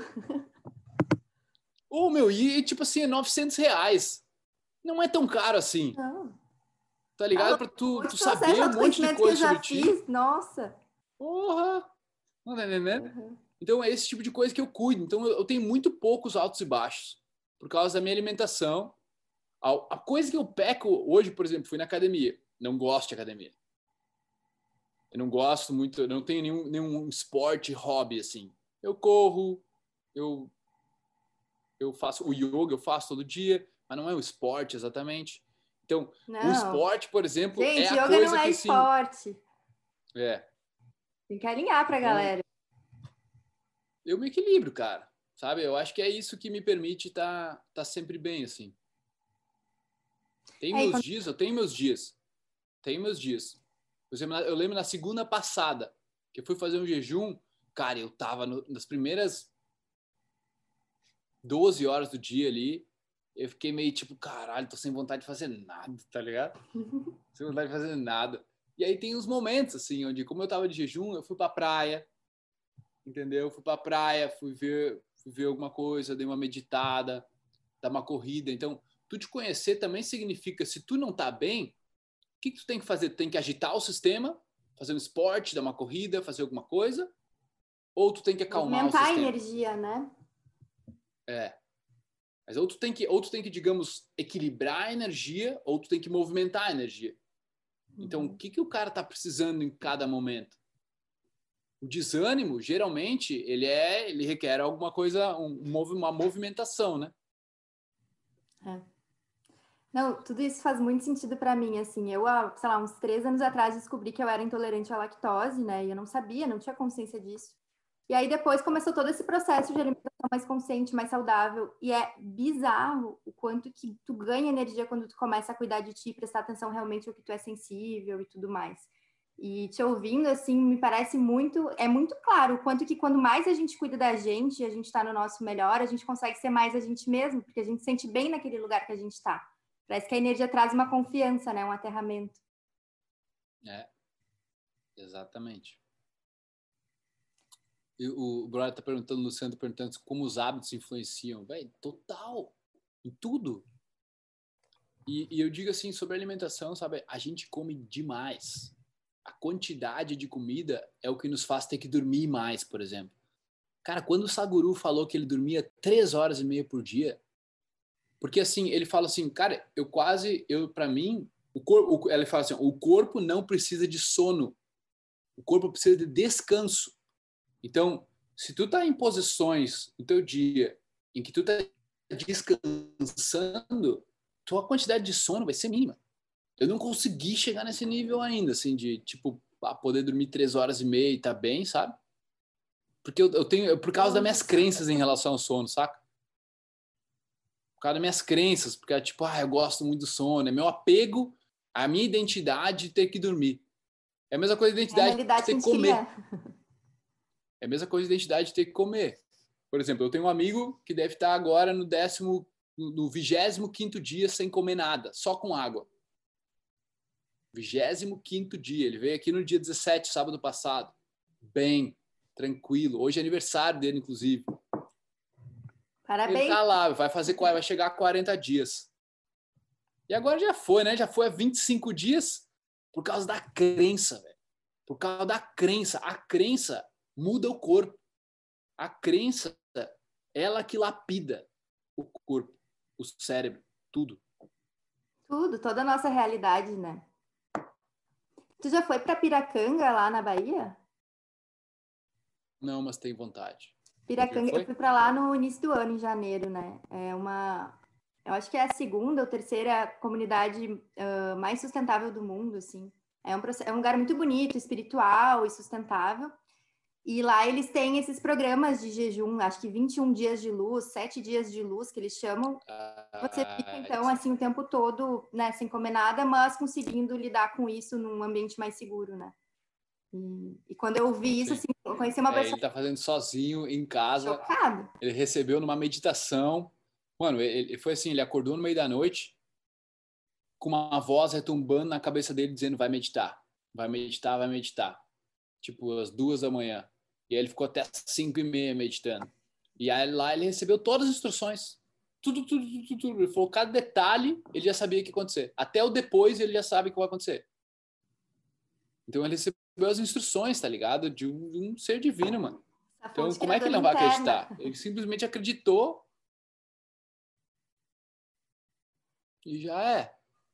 Speaker 1: Ô, meu, e tipo assim, é novecentos reais. Não é tão caro assim,
Speaker 2: Não.
Speaker 1: tá
Speaker 2: Tá
Speaker 1: ligado?
Speaker 2: louco.
Speaker 1: Pra tu,
Speaker 2: Muito
Speaker 1: tu
Speaker 2: processo de
Speaker 1: saber um monte de
Speaker 2: autoconhecimento que eu
Speaker 1: coisa
Speaker 2: já
Speaker 1: sobre ti.
Speaker 2: fiz. Nossa!
Speaker 1: Porra! Não tá entendendo?
Speaker 2: Uhum.
Speaker 1: Então é esse tipo de coisa que eu cuido. Então eu, eu tenho muito poucos altos e baixos por causa da minha alimentação. A, a coisa que eu peco hoje, por exemplo, fui na academia. Não gosto de academia. Eu não gosto muito, eu não tenho nenhum, nenhum esporte, hobby, assim. Eu corro, eu, eu faço o yoga, eu faço todo dia, mas não é o esporte exatamente. Então, o
Speaker 2: Não.
Speaker 1: esporte, por exemplo, é
Speaker 2: Gente,
Speaker 1: a
Speaker 2: yoga não
Speaker 1: coisa
Speaker 2: é
Speaker 1: que, assim,
Speaker 2: esporte.
Speaker 1: é.
Speaker 2: Tem que alinhar pra
Speaker 1: Então,
Speaker 2: galera.
Speaker 1: eu me equilibro, cara, sabe? Eu acho que é isso que me permite estar tá, tá sempre bem, assim. Tem
Speaker 2: É, e
Speaker 1: meus
Speaker 2: quando-
Speaker 1: dias, eu tenho meus dias. Tenho meus dias. Por exemplo, eu lembro na segunda passada, que eu fui fazer um jejum, cara, eu tava no, nas primeiras doze horas do dia ali, eu fiquei meio tipo, caralho, tô sem vontade de fazer nada, tá ligado? Sem vontade de fazer nada. E aí tem uns momentos, assim, onde, como eu tava de jejum, eu fui pra praia, entendeu? Eu fui pra praia, fui ver, fui ver alguma coisa, dei uma meditada, dar uma corrida. Então, tu te conhecer também significa, se tu não tá bem, o que, que tu tem que fazer? Tu tem que agitar o sistema, fazer um esporte, dar uma corrida, fazer alguma coisa, ou tu tem que acalmar o
Speaker 2: Movimentar a
Speaker 1: sistema?
Speaker 2: energia, né?
Speaker 1: É. Mas ou tu tem que, ou tu tem que, digamos, equilibrar a energia, ou tu tem que movimentar a energia. Então,
Speaker 2: Uhum.
Speaker 1: o que, que o cara está precisando em cada momento? O desânimo, geralmente, ele é, ele requer alguma coisa, um, uma movimentação, né?
Speaker 2: É. Não, tudo isso faz muito sentido pra mim, assim, eu, há, sei lá, uns três anos atrás descobri que eu era intolerante à lactose, né, e eu não sabia, não tinha consciência disso. E aí depois começou todo esse processo de alimentação mais consciente, mais saudável, e é bizarro o quanto que tu ganha energia quando tu começa a cuidar de ti, prestar atenção realmente ao que tu é sensível e tudo mais. E te ouvindo, assim, me parece muito, é muito claro o quanto que quando mais a gente cuida da gente, a gente tá no nosso melhor, a gente consegue ser mais a gente mesmo, porque a gente se sente bem naquele lugar que a gente tá. Parece que a energia traz uma confiança, né? Um aterramento.
Speaker 1: É, exatamente. E o brother tá perguntando, o Luciano tá perguntando como os hábitos influenciam. Véi, total. Em tudo. E, e eu digo assim, sobre a alimentação, sabe? A gente come demais. A quantidade de comida é o que nos faz ter que dormir mais, por exemplo. Cara, quando o Sadhguru falou que ele dormia três horas e meia por dia, porque assim, ele fala assim, cara, eu quase, eu para mim, o corpo, ele fala assim, o corpo não precisa de sono, o corpo precisa de descanso. Então, se tu tá em posições no teu dia em que tu tá descansando, tua quantidade de sono vai ser mínima. Eu não consegui chegar nesse nível ainda, assim, de, tipo, ah, poder dormir três horas e meia e tá bem, sabe? Porque eu, eu tenho, por causa das minhas crenças em relação ao sono, saca? Por causa das minhas crenças, porque é tipo, ah, eu gosto muito do sono, é meu apego à minha identidade de ter que dormir. É a mesma coisa de
Speaker 2: É a
Speaker 1: identidade de
Speaker 2: realidade que
Speaker 1: ter
Speaker 2: a
Speaker 1: que
Speaker 2: gente cria.
Speaker 1: comer. É a mesma coisa de identidade de ter que comer. Por exemplo, eu tenho um amigo que deve estar agora no décimo, no vigésimo quinto dia sem comer nada, só com água. Vigésimo quinto dia. Ele veio aqui no dia dezessete, sábado passado. Bem, tranquilo. Hoje é aniversário dele, inclusive. Ele
Speaker 2: Parabéns.
Speaker 1: tá lá, vai fazer, vai chegar a quarenta dias. E agora já foi, né? Já foi há vinte e cinco dias. Por causa da crença, velho. Por causa da crença. A crença muda o corpo. A crença, ela que lapida o corpo, o cérebro, tudo.
Speaker 2: Tudo, toda a nossa realidade, né? Tu já foi para Piracanga, lá na Bahia?
Speaker 1: Não, mas tem vontade.
Speaker 2: Piracanga, eu fui para lá no início do ano, em janeiro, né? É uma... Eu acho que é a segunda ou terceira comunidade uh, mais sustentável do mundo, assim. É um, é um lugar muito bonito, espiritual e sustentável. E lá eles têm esses programas de jejum, acho que vinte e um dias de luz, sete dias de luz, que eles chamam. Você fica, então, assim, o tempo todo, né, sem comer nada, mas conseguindo lidar com isso num ambiente mais seguro, né? E, e quando eu vi isso, assim, eu conheci uma
Speaker 1: é,
Speaker 2: pessoa...
Speaker 1: Ele tá fazendo sozinho, em casa.
Speaker 2: Chocado.
Speaker 1: Ele recebeu numa meditação. Mano, ele foi assim, ele acordou no meio da noite com uma voz retumbando na cabeça dele, dizendo, vai meditar, vai meditar, vai meditar. Tipo, às duas da manhã. E aí ele ficou até às cinco e meia meditando. E aí lá ele recebeu todas as instruções. Tudo, tudo, tudo, tudo, tudo. Ele falou, cada detalhe ele já sabia o que ia acontecer. Até o depois ele já sabe o que vai acontecer. Então ele recebeu as instruções, tá ligado? De um, de um ser divino, mano. Então como é que ele não vai acreditar? Ele simplesmente acreditou e já é.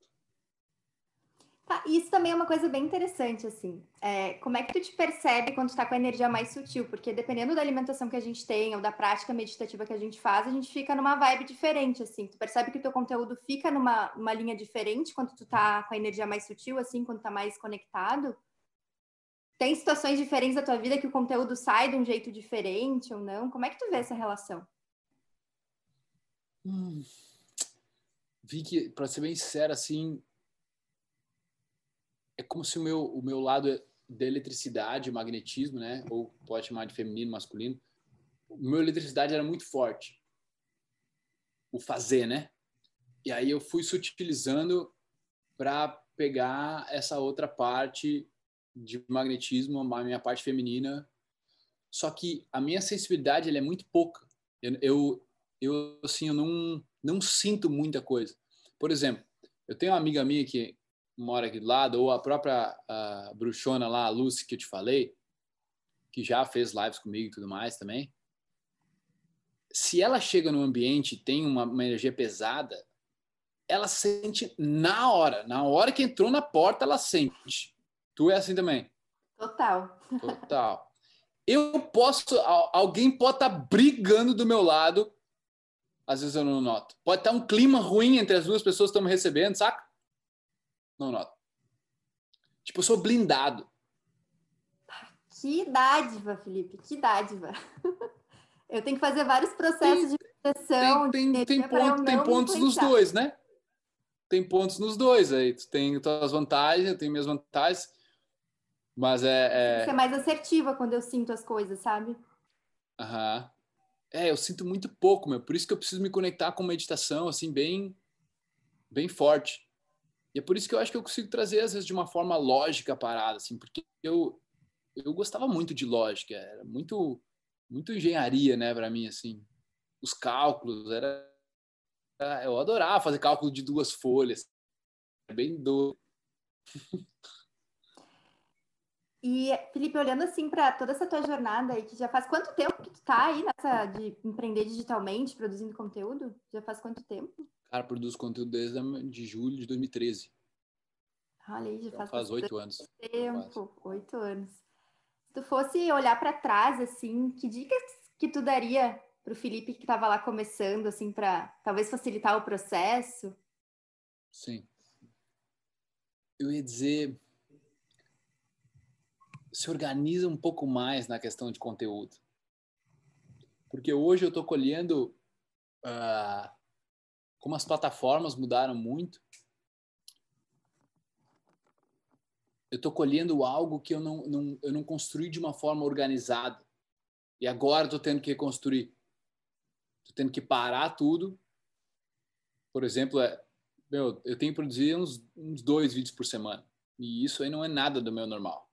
Speaker 2: Tá, isso também é uma coisa bem interessante, assim. É, como é que tu te percebe quando tu tá com a energia mais sutil? Porque dependendo da alimentação que a gente tem ou da prática meditativa que a gente faz, a gente fica numa vibe diferente, assim. Tu percebe que o teu conteúdo fica numa, numa linha diferente quando tu tá com a energia mais sutil, assim, quando tá mais conectado? Tem situações diferentes da tua vida que o conteúdo sai de um jeito diferente ou não? Como é que tu vê essa relação?
Speaker 1: Hum. Vi que, pra ser bem sincero, assim, é como se o meu, o meu lado da eletricidade, magnetismo, né? Ou pode chamar de feminino, masculino. O meu eletricidade era muito forte. O fazer, né? E aí eu fui sutilizando para pegar essa outra parte de magnetismo, a minha parte feminina. Só que a minha sensibilidade ela é muito pouca. Eu, eu, eu assim, eu não, não sinto muita coisa. Por exemplo, eu tenho uma amiga minha que mora aqui do lado, ou a própria a bruxona lá, a Lucy, que eu te falei, que já fez lives comigo e tudo mais também. Se ela chega no ambiente e tem uma, uma energia pesada, ela sente na hora. Na hora que entrou na porta, ela sente. Tu é assim também?
Speaker 2: Total.
Speaker 1: Total. Eu posso... Alguém pode estar brigando do meu lado, às vezes eu não noto. Pode estar um clima ruim entre as duas pessoas que estão me recebendo, saca? Não noto. Tipo, eu sou blindado.
Speaker 2: Que dádiva, Felipe, que dádiva. Eu tenho que fazer vários processos tem, de proteção.
Speaker 1: Tem, tem,
Speaker 2: de
Speaker 1: tem, ponto, tem pontos nos dois, né? Tem pontos nos dois. Aí tu tem tuas vantagens, eu tenho minhas vantagens. Mas é... é...
Speaker 2: Tem que ser mais assertiva quando eu sinto as coisas, sabe?
Speaker 1: Aham. É, eu sinto muito pouco, meu. Por isso que eu preciso me conectar com meditação, assim, bem, bem forte. E é por isso que eu acho que eu consigo trazer, às vezes, de uma forma lógica a parada, assim, porque eu, eu gostava muito de lógica, era muito, muito engenharia, né, pra mim, assim. Os cálculos, era... Eu adorava fazer cálculo de duas folhas. Bem doido.
Speaker 2: E, Felipe, olhando assim para toda essa tua jornada aí, que já faz quanto tempo que tu tá aí nessa de empreender digitalmente, produzindo conteúdo? Já faz quanto tempo?
Speaker 1: Cara, produzo conteúdo desde de julho de dois mil e treze.
Speaker 2: Olha aí, já
Speaker 1: então
Speaker 2: faz,
Speaker 1: faz oito anos.
Speaker 2: Tempo, oito anos. Se tu fosse olhar para trás, assim, que dicas que tu daria para o Felipe que estava lá começando, assim, para talvez facilitar o processo?
Speaker 1: Sim. Eu ia dizer, se organiza um pouco mais na questão de conteúdo. Porque hoje eu estou colhendo, uh, como as plataformas mudaram muito, eu estou colhendo algo que eu não, não, eu não construí de uma forma organizada. E agora estou tendo que reconstruir. Estou tendo que parar tudo. Por exemplo, é, meu, eu tenho que produzir uns, uns dois vídeos por semana. E isso aí não é nada do meu normal.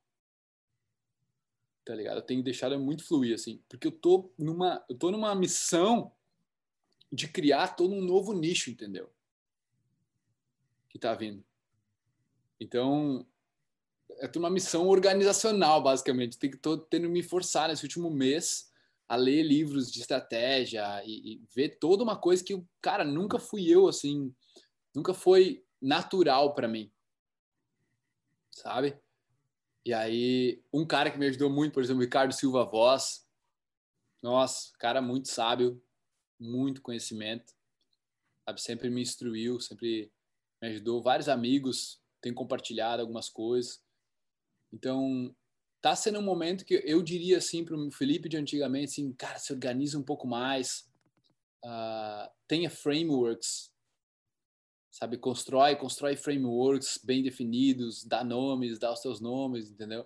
Speaker 1: Tá ligado? Eu tenho deixado muito fluir, assim. Porque eu tô numa, eu tô numa missão de criar todo um novo nicho, entendeu? Que tá vindo. Então, eu tenho uma missão organizacional, basicamente. Tenho que tô tendo me forçar nesse último mês a ler livros de estratégia e, e ver toda uma coisa que, cara, nunca fui eu, assim, nunca foi natural para mim, sabe? E aí, um cara que me ajudou muito, por exemplo, o Ricardo Silva Voz, nossa, cara muito sábio, muito conhecimento, sabe? Sempre me instruiu, sempre me ajudou. Vários amigos têm compartilhado algumas coisas. Então, tá sendo um momento que eu diria assim para o Felipe de antigamente, assim, cara, se organiza um pouco mais, uh, tenha frameworks, sabe? Constrói, constrói frameworks bem definidos, dá nomes, dá os seus nomes, entendeu?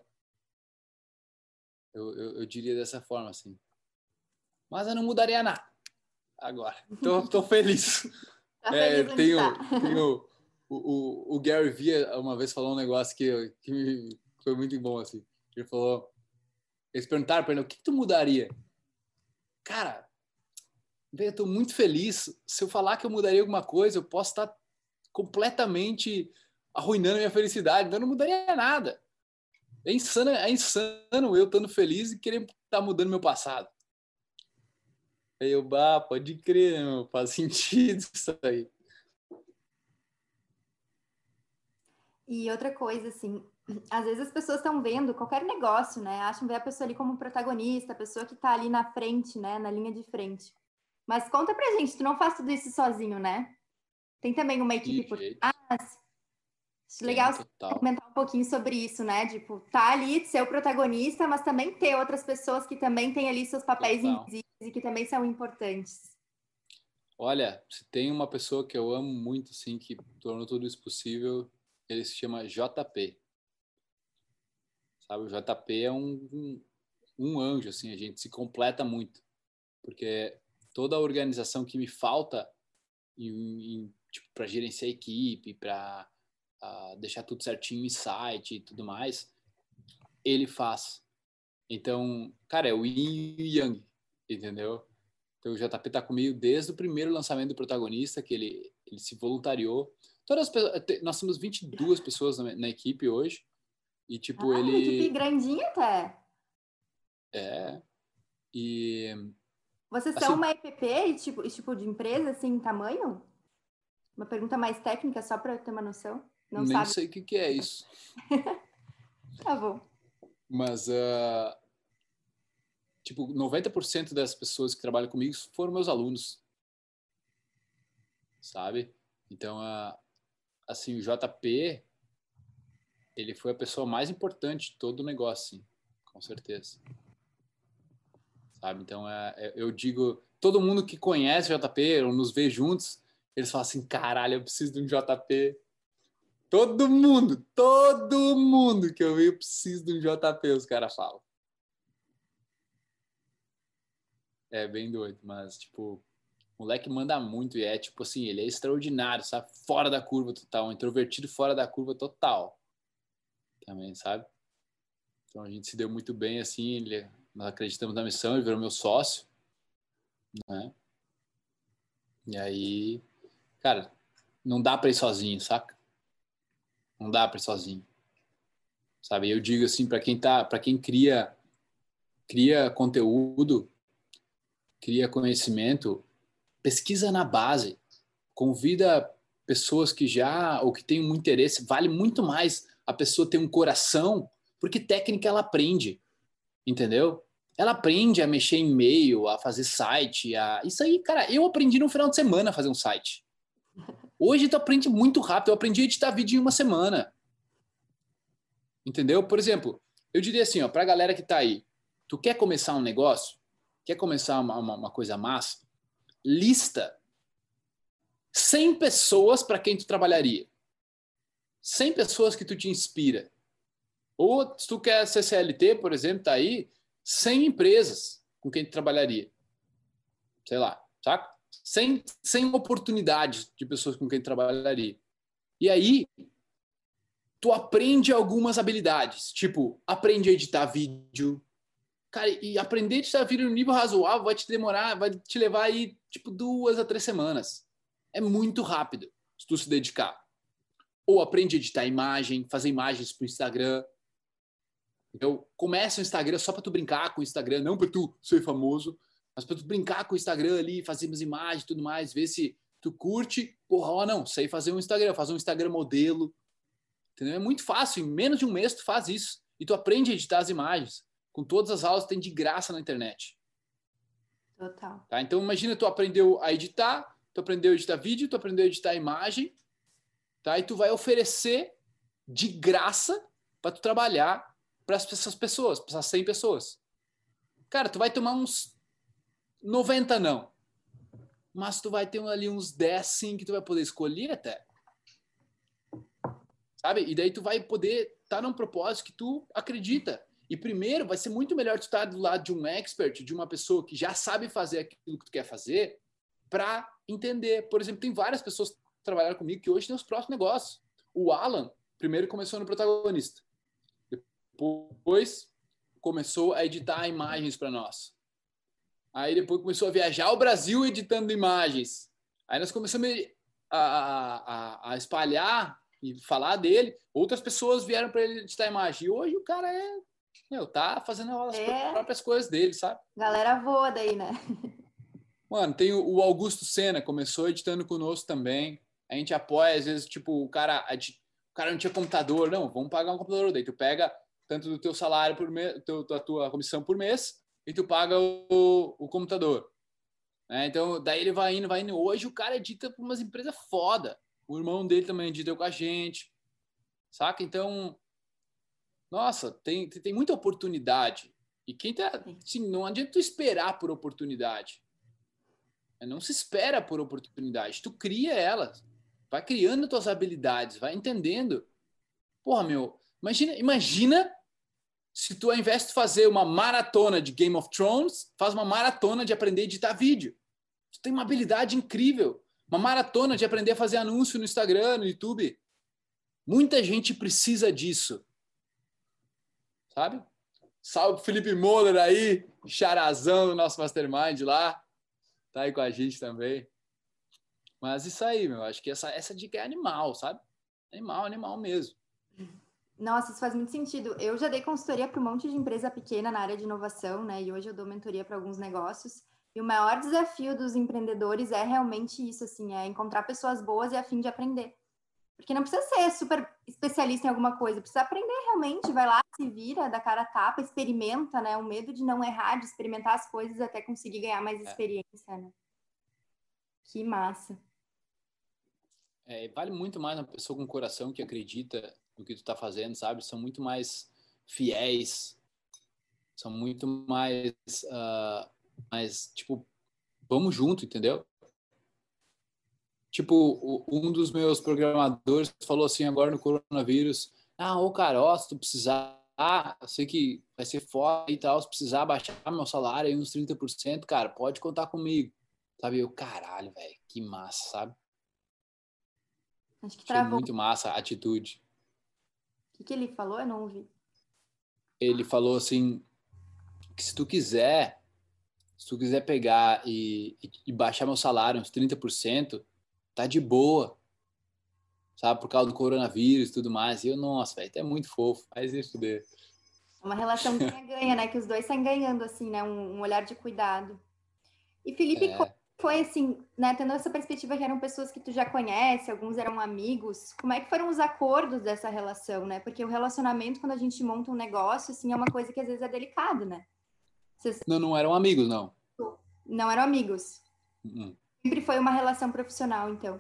Speaker 1: Eu, eu, eu diria dessa forma, assim. Mas eu não mudaria nada agora. Tô, tô feliz.
Speaker 2: Tá
Speaker 1: É,
Speaker 2: feliz onde
Speaker 1: tenho,
Speaker 2: tá.
Speaker 1: tenho o, o, o Gary Vee uma vez falou um negócio que, que me, foi muito bom, assim. Ele falou, eles perguntaram para ele, o que, que tu mudaria? Cara, eu tô muito feliz. Se eu falar que eu mudaria alguma coisa, eu posso estar completamente arruinando a minha felicidade. Então eu não mudaria nada. É insano, é insano eu estando feliz e querer estar mudando meu passado. Aí eu, bah, pode crer, meu, faz sentido isso aí.
Speaker 2: E outra coisa, assim, às vezes as pessoas estão vendo qualquer negócio, né? Acham ver a pessoa ali como protagonista, a pessoa que tá ali na frente, né? Na linha de frente. Mas conta pra gente, tu não faz tudo isso sozinho, né? Tem também uma equipe
Speaker 1: Que
Speaker 2: por
Speaker 1: jeito.
Speaker 2: trás. Acho
Speaker 1: Tem,
Speaker 2: legal você
Speaker 1: total.
Speaker 2: comentar um pouquinho sobre isso, né? Tipo, tá ali, ser o protagonista, mas também ter outras pessoas que também têm ali seus papéis
Speaker 1: Total.
Speaker 2: invisíveis e que também são importantes.
Speaker 1: Olha, se tem uma pessoa que eu amo muito, assim, que tornou tudo isso possível, ele se chama J P. Sabe, o J P é um, um, um anjo, assim, a gente se completa muito. Porque toda a organização que me falta tipo, para gerenciar a equipe, para uh, deixar tudo certinho em site e tudo mais, ele faz. Então, cara, é o Yin e o Yang, entendeu? Então o J P tá comigo desde o primeiro lançamento do protagonista, que ele, ele se voluntariou. Todas as pessoas, nós temos vinte e duas pessoas na, na equipe hoje, e tipo,
Speaker 2: Ah, uma equipe
Speaker 1: ele...
Speaker 2: grandinha até.
Speaker 1: É, e...
Speaker 2: Vocês são
Speaker 1: Assim,
Speaker 2: uma E P P, tipo, esse tipo de empresa, assim, em tamanho? Uma pergunta mais técnica, só para eu ter uma noção. Não
Speaker 1: nem
Speaker 2: sabe?
Speaker 1: sei o que, que é isso.
Speaker 2: Tá bom.
Speaker 1: Mas, uh, tipo, noventa por cento das pessoas que trabalham comigo foram meus alunos, sabe? Então, uh, assim, o J P, ele foi a pessoa mais importante de todo o negócio, assim, com certeza. Sabe? Então, uh, eu digo, todo mundo que conhece o J P ou nos vê juntos, eles falam assim, caralho, eu preciso de um J P. Todo mundo, todo mundo que eu vi, eu preciso de um J P, os caras falam. É bem doido, mas, tipo, o moleque manda muito e é, tipo assim, ele é extraordinário, sabe? Fora da curva total, um introvertido fora da curva total. Também, sabe? Então a gente se deu muito bem, assim, ele, nós acreditamos na missão, ele virou meu sócio, né? E aí, cara, não dá pra ir sozinho, saca? Não dá pra ir sozinho. Sabe? Eu digo assim, pra quem tá, para quem cria, cria conteúdo, cria conhecimento, pesquisa na base, convida pessoas que já ou que têm um interesse, vale muito mais a pessoa ter um coração, porque técnica ela aprende, entendeu? Ela aprende a mexer em e-mail, a fazer site, a... isso aí, cara, eu aprendi no final de semana a fazer um site. Hoje tu aprende muito rápido, eu aprendi a editar vídeo em uma semana. Entendeu? Por exemplo, eu diria assim, ó, pra galera que tá aí, tu quer começar um negócio? Quer começar uma, uma, uma coisa massa? Lista cem pessoas para quem tu trabalharia. cem pessoas que tu te inspira. Ou se tu quer ser C L T, por exemplo, tá aí, cem empresas com quem tu trabalharia. Sei lá, saca? cem, cem oportunidades de pessoas com quem tu trabalharia. E aí, tu aprende algumas habilidades, tipo, aprende a editar vídeo. Cara, e aprender a editar vídeo no nível razoável vai te demorar, vai te levar aí, tipo, duas a três semanas. É muito rápido, se tu se dedicar. ou aprende a editar imagem, fazer imagens para o Instagram. Então, começa o Instagram só para tu brincar com o Instagram, não para tu ser famoso, mas para tu brincar com o Instagram ali, fazer umas imagens e tudo mais, ver se tu curte. Porra, ó, não, sei fazer um Instagram, fazer um Instagram modelo. Entendeu? É muito fácil, em menos de um mês tu faz isso. E tu aprende a editar as imagens. Com todas as aulas que tem de graça na internet.
Speaker 2: Total.
Speaker 1: Tá? Então, imagina, tu aprendeu a editar, tu aprendeu a editar vídeo, tu aprendeu a editar imagem, tá? E tu vai oferecer de graça para tu trabalhar para essas pessoas, para essas cem pessoas. Cara, tu vai tomar uns noventa não. Mas tu vai ter ali uns dez sim que tu vai poder escolher até. Sabe? E daí tu vai poder estar num propósito que tu acredita. E primeiro, vai ser muito melhor tu estar do lado de um expert, de uma pessoa que já sabe fazer aquilo que tu quer fazer, para entender. Por exemplo, tem várias pessoas que trabalharam comigo que hoje têm os próprios negócios. O Alan, primeiro começou no Protagonista. Depois começou a editar imagens para nós. Aí depois começou a viajar o Brasil editando imagens. Aí nós começamos a, a, a espalhar e falar dele. Outras pessoas vieram para ele editar imagem. E hoje o cara é... Meu, tá fazendo as
Speaker 2: É.
Speaker 1: próprias coisas dele, sabe?
Speaker 2: Galera voa daí, né?
Speaker 1: Mano, tem o Augusto Sena, começou editando conosco também. A gente apoia, às vezes, tipo, o cara, o cara não tinha computador. Não, vamos pagar um computador. Daí tu pega tanto do teu salário por mês, da tua comissão por mês, e tu paga o, o computador. Né? Então, daí ele vai indo, vai indo. Hoje o cara edita para umas empresas foda. O irmão dele também edita com a gente. Saca? Então... Nossa, tem, tem muita oportunidade. E quem tá... Assim, não adianta tu esperar por oportunidade. Não se espera por oportunidade. Tu cria elas. Vai criando tuas habilidades. Vai entendendo. Porra, meu... Imagina, imagina se tu, ao invés de fazer uma maratona de Game of Thrones, faz uma maratona de aprender a editar vídeo. Tu tem uma habilidade incrível. Uma maratona de aprender a fazer anúncio no Instagram, no YouTube. Muita gente precisa disso. Sabe? Salve Felipe Moller aí, charazão do nosso Mastermind lá. Tá aí com a gente também. Mas isso aí, meu, acho que essa, essa dica é animal, sabe? Animal, animal mesmo.
Speaker 2: Nossa, isso faz muito sentido. Eu já dei consultoria para um monte de empresa pequena na área de inovação, né? E hoje eu dou mentoria para alguns negócios. E o maior desafio dos empreendedores é realmente isso, assim, é encontrar pessoas boas e a fim de aprender. Porque não precisa ser super especialista em alguma coisa, precisa aprender realmente, vai lá, se vira, dá cara a tapa, experimenta, né? O medo de não errar, de experimentar as coisas até conseguir ganhar mais experiência, né? Que massa.
Speaker 1: É, vale muito mais uma pessoa com coração que acredita no que tu tá fazendo, sabe? São muito mais fiéis, são muito mais, uh, mais tipo, vamos junto, entendeu? Tipo, um dos meus programadores falou assim agora no coronavírus, ah, ô cara, ó, se tu precisar, eu sei que vai ser foda e tal, se precisar baixar meu salário aí uns trinta por cento, cara, pode contar comigo. Sabe, eu, caralho, velho, que massa, sabe?
Speaker 2: Acho que
Speaker 1: Achei
Speaker 2: travou.
Speaker 1: muito massa a atitude.
Speaker 2: O que, que ele falou? Eu não ouvi.
Speaker 1: Ele falou assim, que se tu quiser, se tu quiser pegar e, e, e baixar meu salário uns trinta por cento, tá de boa, sabe, por causa do coronavírus e tudo mais. E eu, nossa, velho, é muito fofo, faz isso dele.
Speaker 2: É uma relação ganha-ganha, né? Que os dois saem ganhando, assim, né? Um, um olhar de cuidado. E Felipe,
Speaker 1: É.
Speaker 2: como foi assim, né? Tendo essa perspectiva que eram pessoas que tu já conhece, alguns eram amigos, como é que foram os acordos dessa relação, né? Porque o relacionamento, quando a gente monta um negócio, assim, é uma coisa que às vezes é delicado, né? Vocês
Speaker 1: Não, não eram amigos, não.
Speaker 2: não eram amigos.
Speaker 1: Uhum.
Speaker 2: Sempre foi uma relação profissional, então.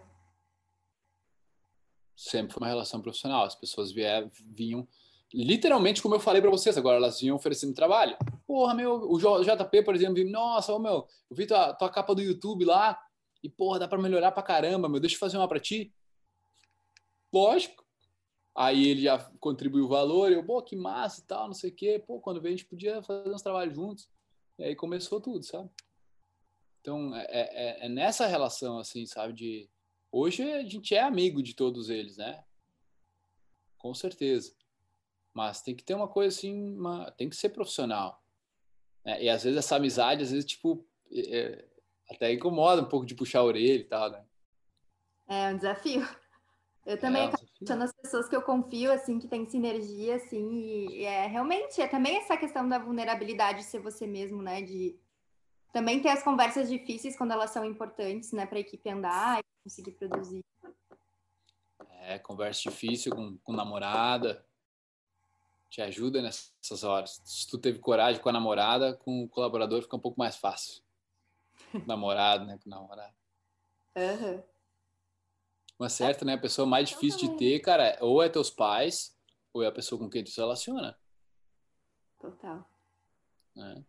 Speaker 1: Sempre foi uma relação profissional. As pessoas vier, vinham, literalmente, como eu falei para vocês agora, elas vinham oferecendo trabalho. Porra, meu, o J P, por exemplo, viu, nossa, ô, meu, eu vi tua, tua capa do YouTube lá e, porra, dá para melhorar pra caramba, meu, deixa eu fazer uma para ti. Lógico. Aí ele já contribuiu o valor, eu, pô, que massa e tal, não sei o quê. Pô, quando veio a gente podia fazer uns trabalhos juntos. E aí começou tudo, sabe? Então, é, é, é nessa relação, assim, sabe, de... Hoje a gente é amigo de todos eles, né? Com certeza. Mas tem que ter uma coisa assim, uma... tem que ser profissional. Né? E às vezes essa amizade, às vezes, tipo, é... até incomoda um pouco de puxar a orelha e tal, né?
Speaker 2: É um desafio. Eu também
Speaker 1: É, um
Speaker 2: acabo
Speaker 1: desafio.
Speaker 2: achando as pessoas que eu confio, assim, que tem sinergia, assim, e, e é realmente, é também essa questão da vulnerabilidade de ser você mesmo, né? De também ter as conversas difíceis quando elas são importantes, né? Para a equipe andar e conseguir produzir.
Speaker 1: É, conversa difícil com, com namorada, te ajuda nessas horas. Se tu teve coragem com a namorada, com o colaborador fica um pouco mais fácil. Namorado, né? Com namorado.
Speaker 2: Uhum.
Speaker 1: Mas certo, né? A pessoa mais difícil de ter, cara, ou é teus pais, ou é a pessoa com quem tu se relaciona.
Speaker 2: Total.
Speaker 1: Né?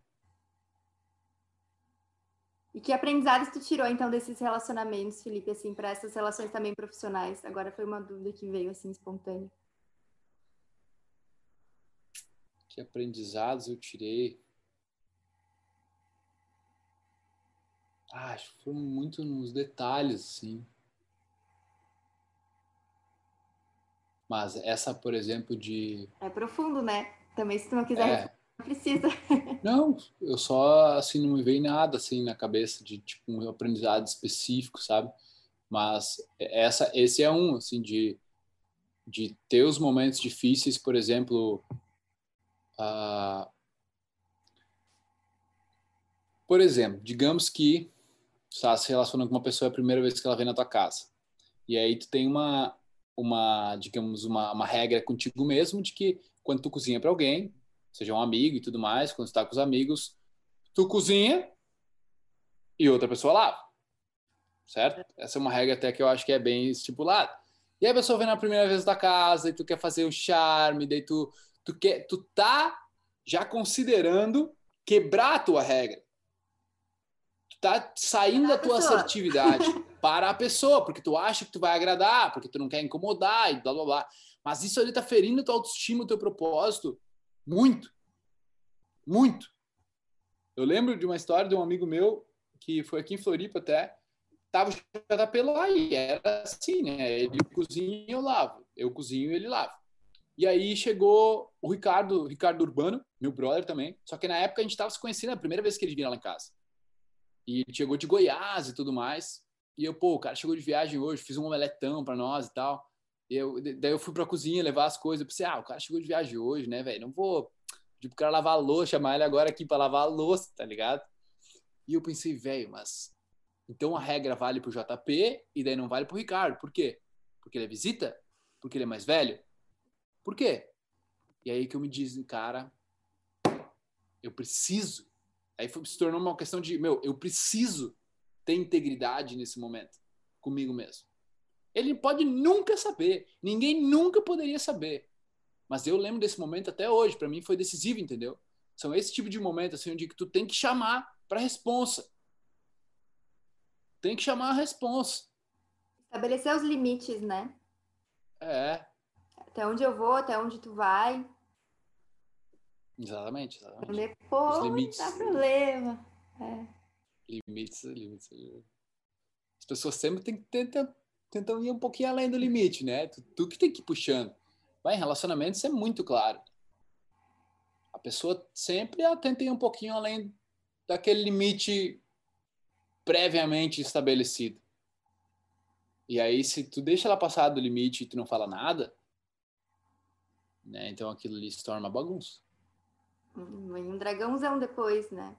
Speaker 2: E que aprendizados tu tirou, então, desses relacionamentos, Felipe, assim, para essas relações também profissionais? Agora foi uma dúvida que veio, assim, espontânea.
Speaker 1: Que aprendizados eu tirei? Ah, acho que foram muito nos detalhes, assim. Mas essa, por exemplo, de...
Speaker 2: É profundo, né? Também, se tu não quiser responder,
Speaker 1: É,
Speaker 2: não precisa.
Speaker 1: não, eu só, assim, não me veio nada, assim, na cabeça de, tipo, um aprendizado específico, sabe? Mas essa, esse é um, assim, de, de ter os momentos difíceis, por exemplo, uh, por exemplo, digamos que tu está se relacionando com uma pessoa a primeira vez que ela vem na tua casa. E aí tu tem uma, uma digamos, uma, uma regra contigo mesmo de que quando tu cozinha para alguém, seja um amigo e tudo mais, quando tu tá com os amigos, tu cozinha e outra pessoa lava, certo? Essa é uma regra até que eu acho que é bem estipulada. E aí a pessoa vem na primeira vez da casa e tu quer fazer o charme, daí tu, tu, quer, tu tá já considerando quebrar a tua regra. Tu tá saindo da
Speaker 2: A
Speaker 1: tua
Speaker 2: pessoa.
Speaker 1: assertividade para a pessoa, porque tu acha que tu vai agradar, porque tu não quer incomodar e blá blá blá. Mas isso ali tá ferindo tua autoestima, o teu propósito. Muito. Muito. Eu lembro de uma história de um amigo meu, que foi aqui em Floripa até, tava o J P lá e era assim, né? Ele cozinha e eu lavo. Eu cozinho e ele lava. E aí chegou o Ricardo, Ricardo Urbano, meu brother também. Só que na época a gente tava se conhecendo, a primeira vez que ele vinha lá em casa. E ele chegou de Goiás e tudo mais. E eu, pô, o cara chegou de viagem hoje, fiz um omeletão pra nós e tal. E eu, daí eu fui pra cozinha levar as coisas. Eu pensei, ah, o cara chegou de viagem hoje, né, velho? Não vou pedir pro cara lavar a louça, chamar ele agora aqui pra lavar a louça, tá ligado? E eu pensei, velho, mas então a regra vale pro J P e daí não vale pro Ricardo. Por quê? Porque ele é visita? Porque ele é mais velho? Por quê? E aí que eu me dizem, cara, eu preciso. Aí foi, se tornou uma questão de, meu, eu preciso ter integridade nesse momento comigo mesmo. Ele pode nunca saber, ninguém nunca poderia saber. Mas eu lembro desse momento até hoje, para mim foi decisivo, entendeu? São esse tipo de momento assim onde tu tem que chamar para responsa. Tem que chamar a responsa.
Speaker 2: Estabelecer os limites, né?
Speaker 1: É,
Speaker 2: Até onde eu vou, até onde tu vai.
Speaker 1: exatamente,
Speaker 2: Então,
Speaker 1: exatamente. Os
Speaker 2: depois dá
Speaker 1: limites.
Speaker 2: problema. É.
Speaker 1: Limites, limites. As pessoas sempre tem, tentam, tentam ir um pouquinho além do limite, né? Tu, tu que tem que ir puxando. Vai, em relacionamento isso é muito claro. A pessoa sempre tenta ir um pouquinho além daquele limite previamente estabelecido. E aí, se tu deixa ela passar do limite e tu não fala nada, né? Então aquilo ali se torna uma bagunça.
Speaker 2: Um dragãozão depois, né?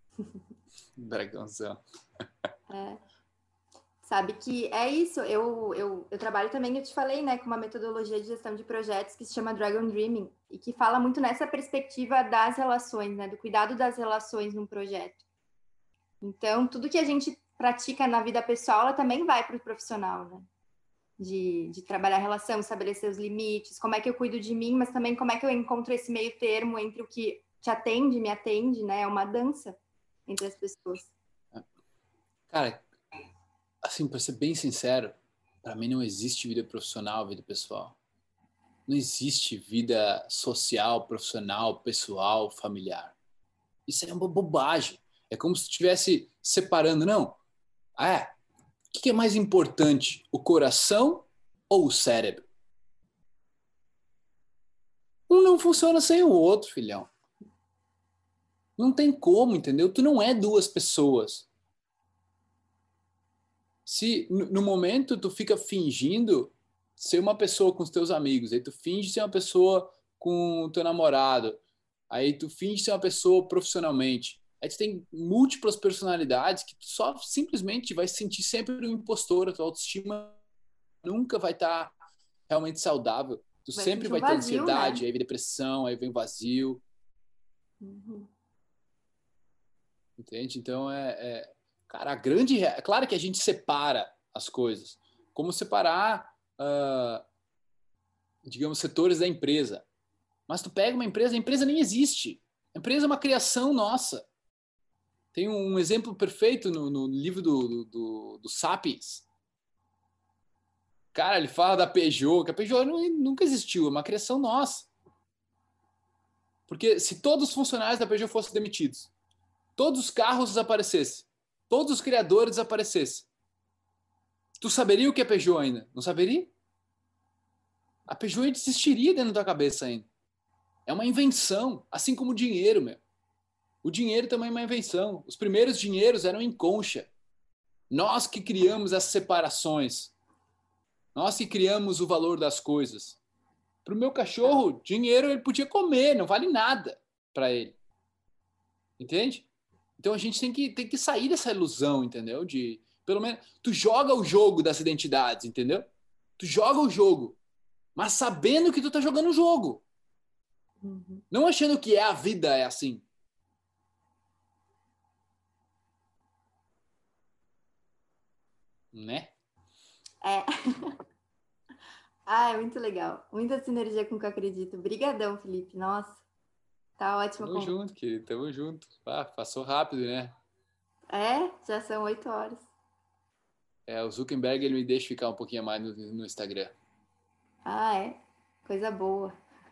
Speaker 1: Dragãozão.
Speaker 2: É. Sabe que é isso, eu, eu, eu trabalho também, eu te falei, né, com uma metodologia de gestão de projetos que se chama Dragon Dreaming, e que fala muito nessa perspectiva das relações, né, do cuidado das relações num projeto. Então, tudo que a gente pratica na vida pessoal, ela também vai para o profissional, né? De, de trabalhar a relação, estabelecer os limites, como é que eu cuido de mim, mas também como é que eu encontro esse meio termo entre o que te atende, me atende, né? É uma dança entre as pessoas.
Speaker 1: Cara, assim, para ser bem sincero, para mim não existe vida profissional, vida pessoal. Não existe vida social, profissional, pessoal, familiar. Isso é uma bobagem. É como se estivesse separando. Não. Ah, é. O que é mais importante? O coração ou o cérebro? Um não funciona sem o outro, filhão. Não tem como, entendeu? Tu não é duas pessoas. Se no momento tu fica fingindo ser uma pessoa com os teus amigos, aí tu finge ser uma pessoa com o teu namorado, aí tu finge ser uma pessoa profissionalmente. Aí tu tem múltiplas personalidades que tu só simplesmente vai se sentir sempre um impostor, a tua autoestima nunca vai estar realmente saudável. Tu
Speaker 2: Vai
Speaker 1: sempre
Speaker 2: sentir um
Speaker 1: vai ter
Speaker 2: vazio,
Speaker 1: ansiedade,
Speaker 2: né?
Speaker 1: aí vem depressão, aí vem vazio,
Speaker 2: Uhum.
Speaker 1: entende? Então, é, é... Cara, a grande... É claro que a gente separa as coisas. Como separar, uh, digamos, setores da empresa. Mas tu pega uma empresa, a empresa nem existe. A empresa é uma criação nossa. Tem um exemplo perfeito no, no livro do, do, do Sapiens. Cara, ele fala da Peugeot, que a Peugeot não, nunca existiu, é uma criação nossa. Porque se todos os funcionários da Peugeot fossem demitidos, todos os carros desaparecessem, todos os criadores desaparecessem, tu saberia o que é Peugeot ainda? Não saberia? A Peugeot existiria dentro da tua cabeça ainda. É uma invenção, assim como o dinheiro, meu. O dinheiro também é uma invenção. Os primeiros dinheiros eram em concha. Nós que criamos essas separações. Nós que criamos o valor das coisas. Para o meu cachorro, dinheiro ele podia comer, não vale nada para ele. Entende? Então a gente tem que, tem que sair dessa ilusão, entendeu? De, pelo menos, tu joga o jogo das identidades, entendeu? Tu joga o jogo, mas sabendo que tu tá jogando o jogo.
Speaker 2: Uhum.
Speaker 1: Não achando que é a vida é assim. Né?
Speaker 2: É. Ah, é muito legal. Muita sinergia com o que eu acredito. Brigadão, Felipe. Nossa, tá ótima
Speaker 1: Tamo
Speaker 2: conversa.
Speaker 1: junto, querido. Tamo junto. Ah, passou rápido, né?
Speaker 2: É, já são oito horas.
Speaker 1: É, o Zuckerberg ele me deixa ficar um pouquinho mais no, no Instagram.
Speaker 2: Ah, é. Coisa boa.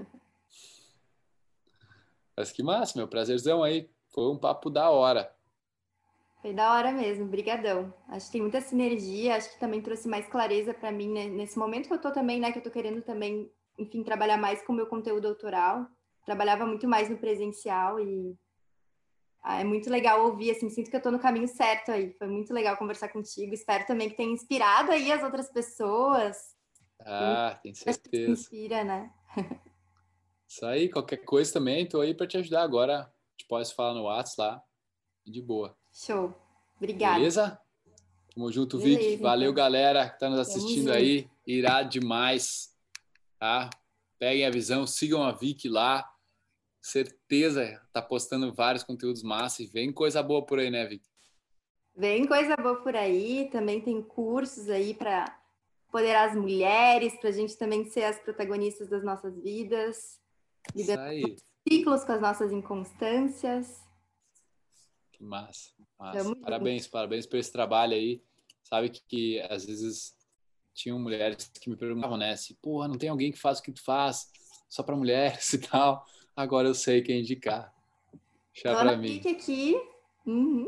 Speaker 1: Mas que massa, meu. Prazerzão aí. Foi um papo da hora.
Speaker 2: Foi da hora mesmo, brigadão. Acho que tem muita sinergia, acho que também trouxe mais clareza para mim, né, nesse momento que eu tô também, né, que eu tô querendo também, enfim, trabalhar mais com o meu conteúdo autoral. Trabalhava muito mais no presencial e ah, é muito legal ouvir, assim, sinto que eu tô no caminho certo aí. Foi muito legal conversar contigo. Espero também que tenha inspirado aí as outras pessoas. Tem muita
Speaker 1: Ah, tenho
Speaker 2: gente que se
Speaker 1: certeza.
Speaker 2: inspira, né?
Speaker 1: Isso aí, qualquer coisa também, tô aí para te ajudar agora. A gente pode falar no WhatsApp lá. De boa.
Speaker 2: Show. Obrigada.
Speaker 1: Beleza? Tamo junto, Vic.
Speaker 2: Beleza,
Speaker 1: Valeu,
Speaker 2: então.
Speaker 1: galera que tá nos
Speaker 2: Tamo
Speaker 1: assistindo
Speaker 2: junto.
Speaker 1: aí. Irado demais, tá? Peguem a visão, sigam a Vic lá. Certeza, tá postando vários conteúdos massa e vem coisa boa por aí, né, Vic?
Speaker 2: Vem coisa boa por aí. Também tem cursos aí para empoderar as mulheres, para a gente também ser as protagonistas das nossas vidas,
Speaker 1: Isso
Speaker 2: lidando
Speaker 1: aí.
Speaker 2: com ciclos, com as nossas inconstâncias.
Speaker 1: Que massa, massa.
Speaker 2: Tamo junto.
Speaker 1: Parabéns, parabéns por esse trabalho aí. Sabe que, que às vezes tinham mulheres que me perguntavam, né? Assim, porra, não tem alguém que faça o que tu faz, só para mulheres e tal. Agora eu sei quem indicar. Deixa
Speaker 2: Dona
Speaker 1: pra mim.
Speaker 2: Vicky aqui. Uhum.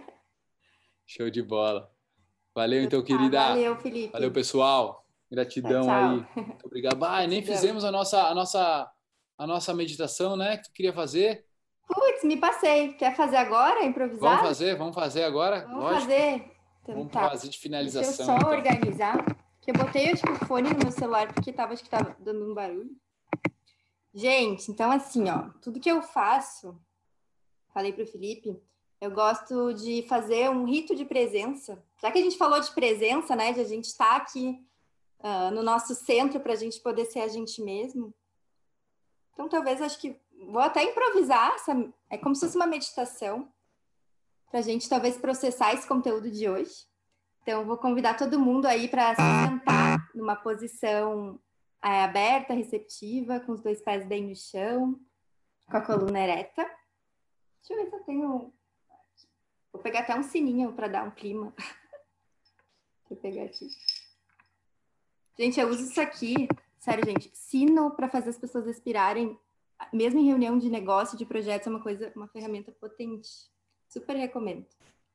Speaker 1: Show de bola. Valeu, então,
Speaker 2: Tá,
Speaker 1: querida.
Speaker 2: valeu,
Speaker 1: Valeu,
Speaker 2: Felipe.
Speaker 1: pessoal.
Speaker 2: Tchau,
Speaker 1: Gratidão
Speaker 2: tchau.
Speaker 1: aí. Muito obrigado. Bah, nem
Speaker 2: Gratidão.
Speaker 1: fizemos a nossa, a nossa, a nossa meditação, né? Que tu queria fazer.
Speaker 2: Putz, me passei. Quer fazer agora,
Speaker 1: Vamos
Speaker 2: improvisado?
Speaker 1: fazer, vamos fazer agora,
Speaker 2: Vamos
Speaker 1: lógico.
Speaker 2: fazer. Então
Speaker 1: Vamos
Speaker 2: tá.
Speaker 1: fazer de
Speaker 2: Deixa eu só
Speaker 1: finalização, então.
Speaker 2: organizar. Que eu botei acho que o fone no meu celular porque tava, acho que tava dando um barulho. Gente, então assim, ó, tudo que eu faço, falei pro Felipe, eu gosto de fazer um rito de presença. Já que a gente falou de presença, né, de a gente estar aqui uh, no nosso centro para a gente poder ser a gente mesmo. Então, talvez, acho que vou até improvisar, essa, é como se fosse uma meditação, para a gente talvez processar esse conteúdo de hoje. Então, eu vou convidar todo mundo aí para se sentar numa posição é, aberta, receptiva, com os dois pés bem no chão, com a coluna ereta. Deixa eu ver se eu tenho. Vou pegar até um sininho para dar um clima. Deixa eu pegar aqui. Gente, eu uso isso aqui, sério, gente, sino para fazer as pessoas respirarem, mesmo em reunião de negócio, de projetos, é uma coisa, uma ferramenta potente. Super recomendo.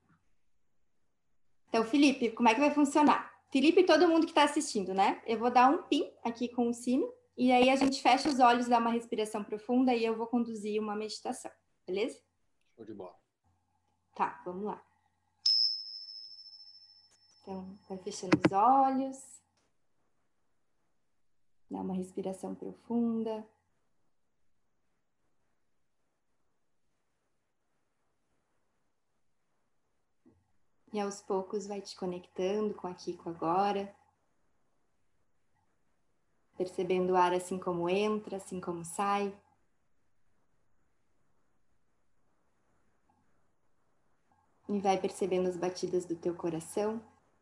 Speaker 2: Então, Felipe, como é que vai funcionar? Felipe e todo mundo que está assistindo, né? Eu vou dar um pin aqui com o sino e aí a gente fecha os olhos, dá uma respiração profunda e eu vou conduzir uma meditação, beleza?
Speaker 1: Show de bola.
Speaker 2: Tá, vamos lá. Então, vai fechando os olhos. Dá uma respiração profunda. E aos poucos vai te conectando com aqui e com agora. Percebendo o ar assim como entra, assim como sai. E vai percebendo as batidas do teu coração.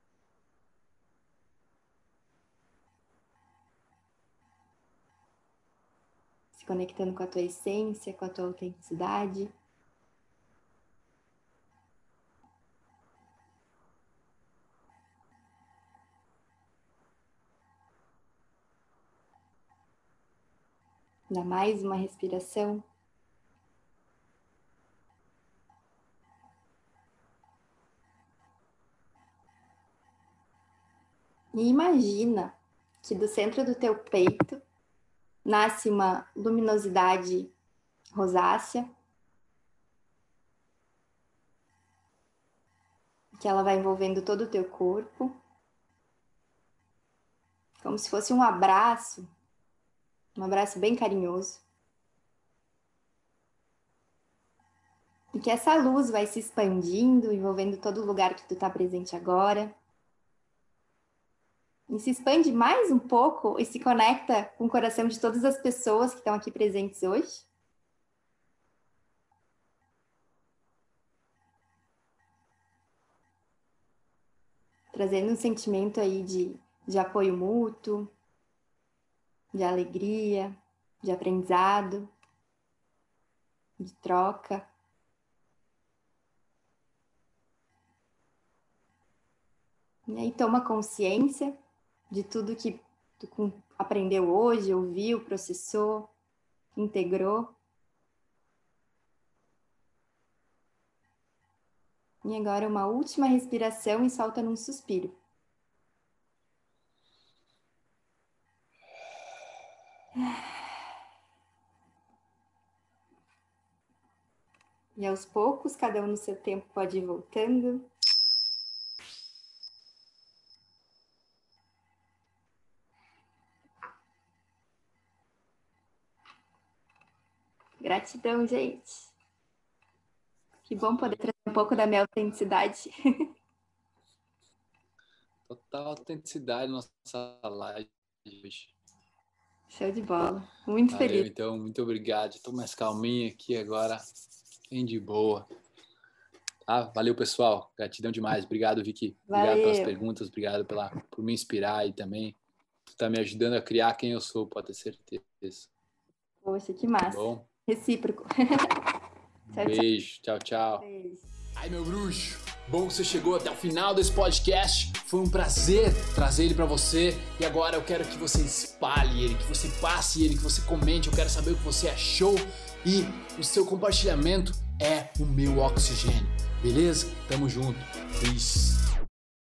Speaker 2: Se conectando com a tua essência, com a tua autenticidade. Dá mais uma respiração. E imagina que do centro do teu peito nasce uma luminosidade rosácea, que ela vai envolvendo todo o teu corpo, como se fosse um abraço, um abraço bem carinhoso. E que essa luz vai se expandindo, envolvendo todo o lugar que tu está presente agora. E se expande mais um pouco e se conecta com o coração de todas as pessoas que estão aqui presentes hoje. Trazendo um sentimento aí de, de apoio mútuo, de alegria, de aprendizado, de troca. E aí toma consciência de tudo que tu aprendeu hoje, ouviu, processou, integrou. E agora uma última respiração e solta num suspiro. E aos poucos, cada um no seu tempo pode ir voltando. Gratidão, gente. Que bom poder trazer um pouco da minha autenticidade.
Speaker 1: Total autenticidade na nossa live hoje.
Speaker 2: Show de bola. Muito
Speaker 1: Valeu,
Speaker 2: feliz.
Speaker 1: Então, muito obrigado. Estou mais calminha aqui agora, bem de boa. Tá? Valeu, pessoal. Gratidão demais. Obrigado, Vicky. Obrigado
Speaker 2: Valeu.
Speaker 1: pelas perguntas. Obrigado pela, por me inspirar aí também. Tu tá me ajudando a criar quem eu sou, pode ter certeza.
Speaker 2: Poxa, que massa.
Speaker 1: Tá bom?
Speaker 2: Recíproco.
Speaker 1: Tchau, beijo. Tchau, tchau.
Speaker 2: Beijo.
Speaker 1: Ai, meu bruxo. Bom que você chegou até o final desse podcast. Foi um prazer trazer ele pra você. E agora eu quero que você espalhe ele, que você passe ele, que você comente. Eu quero saber o que você achou. E o seu compartilhamento é o meu oxigênio. Beleza? Tamo junto. Peace.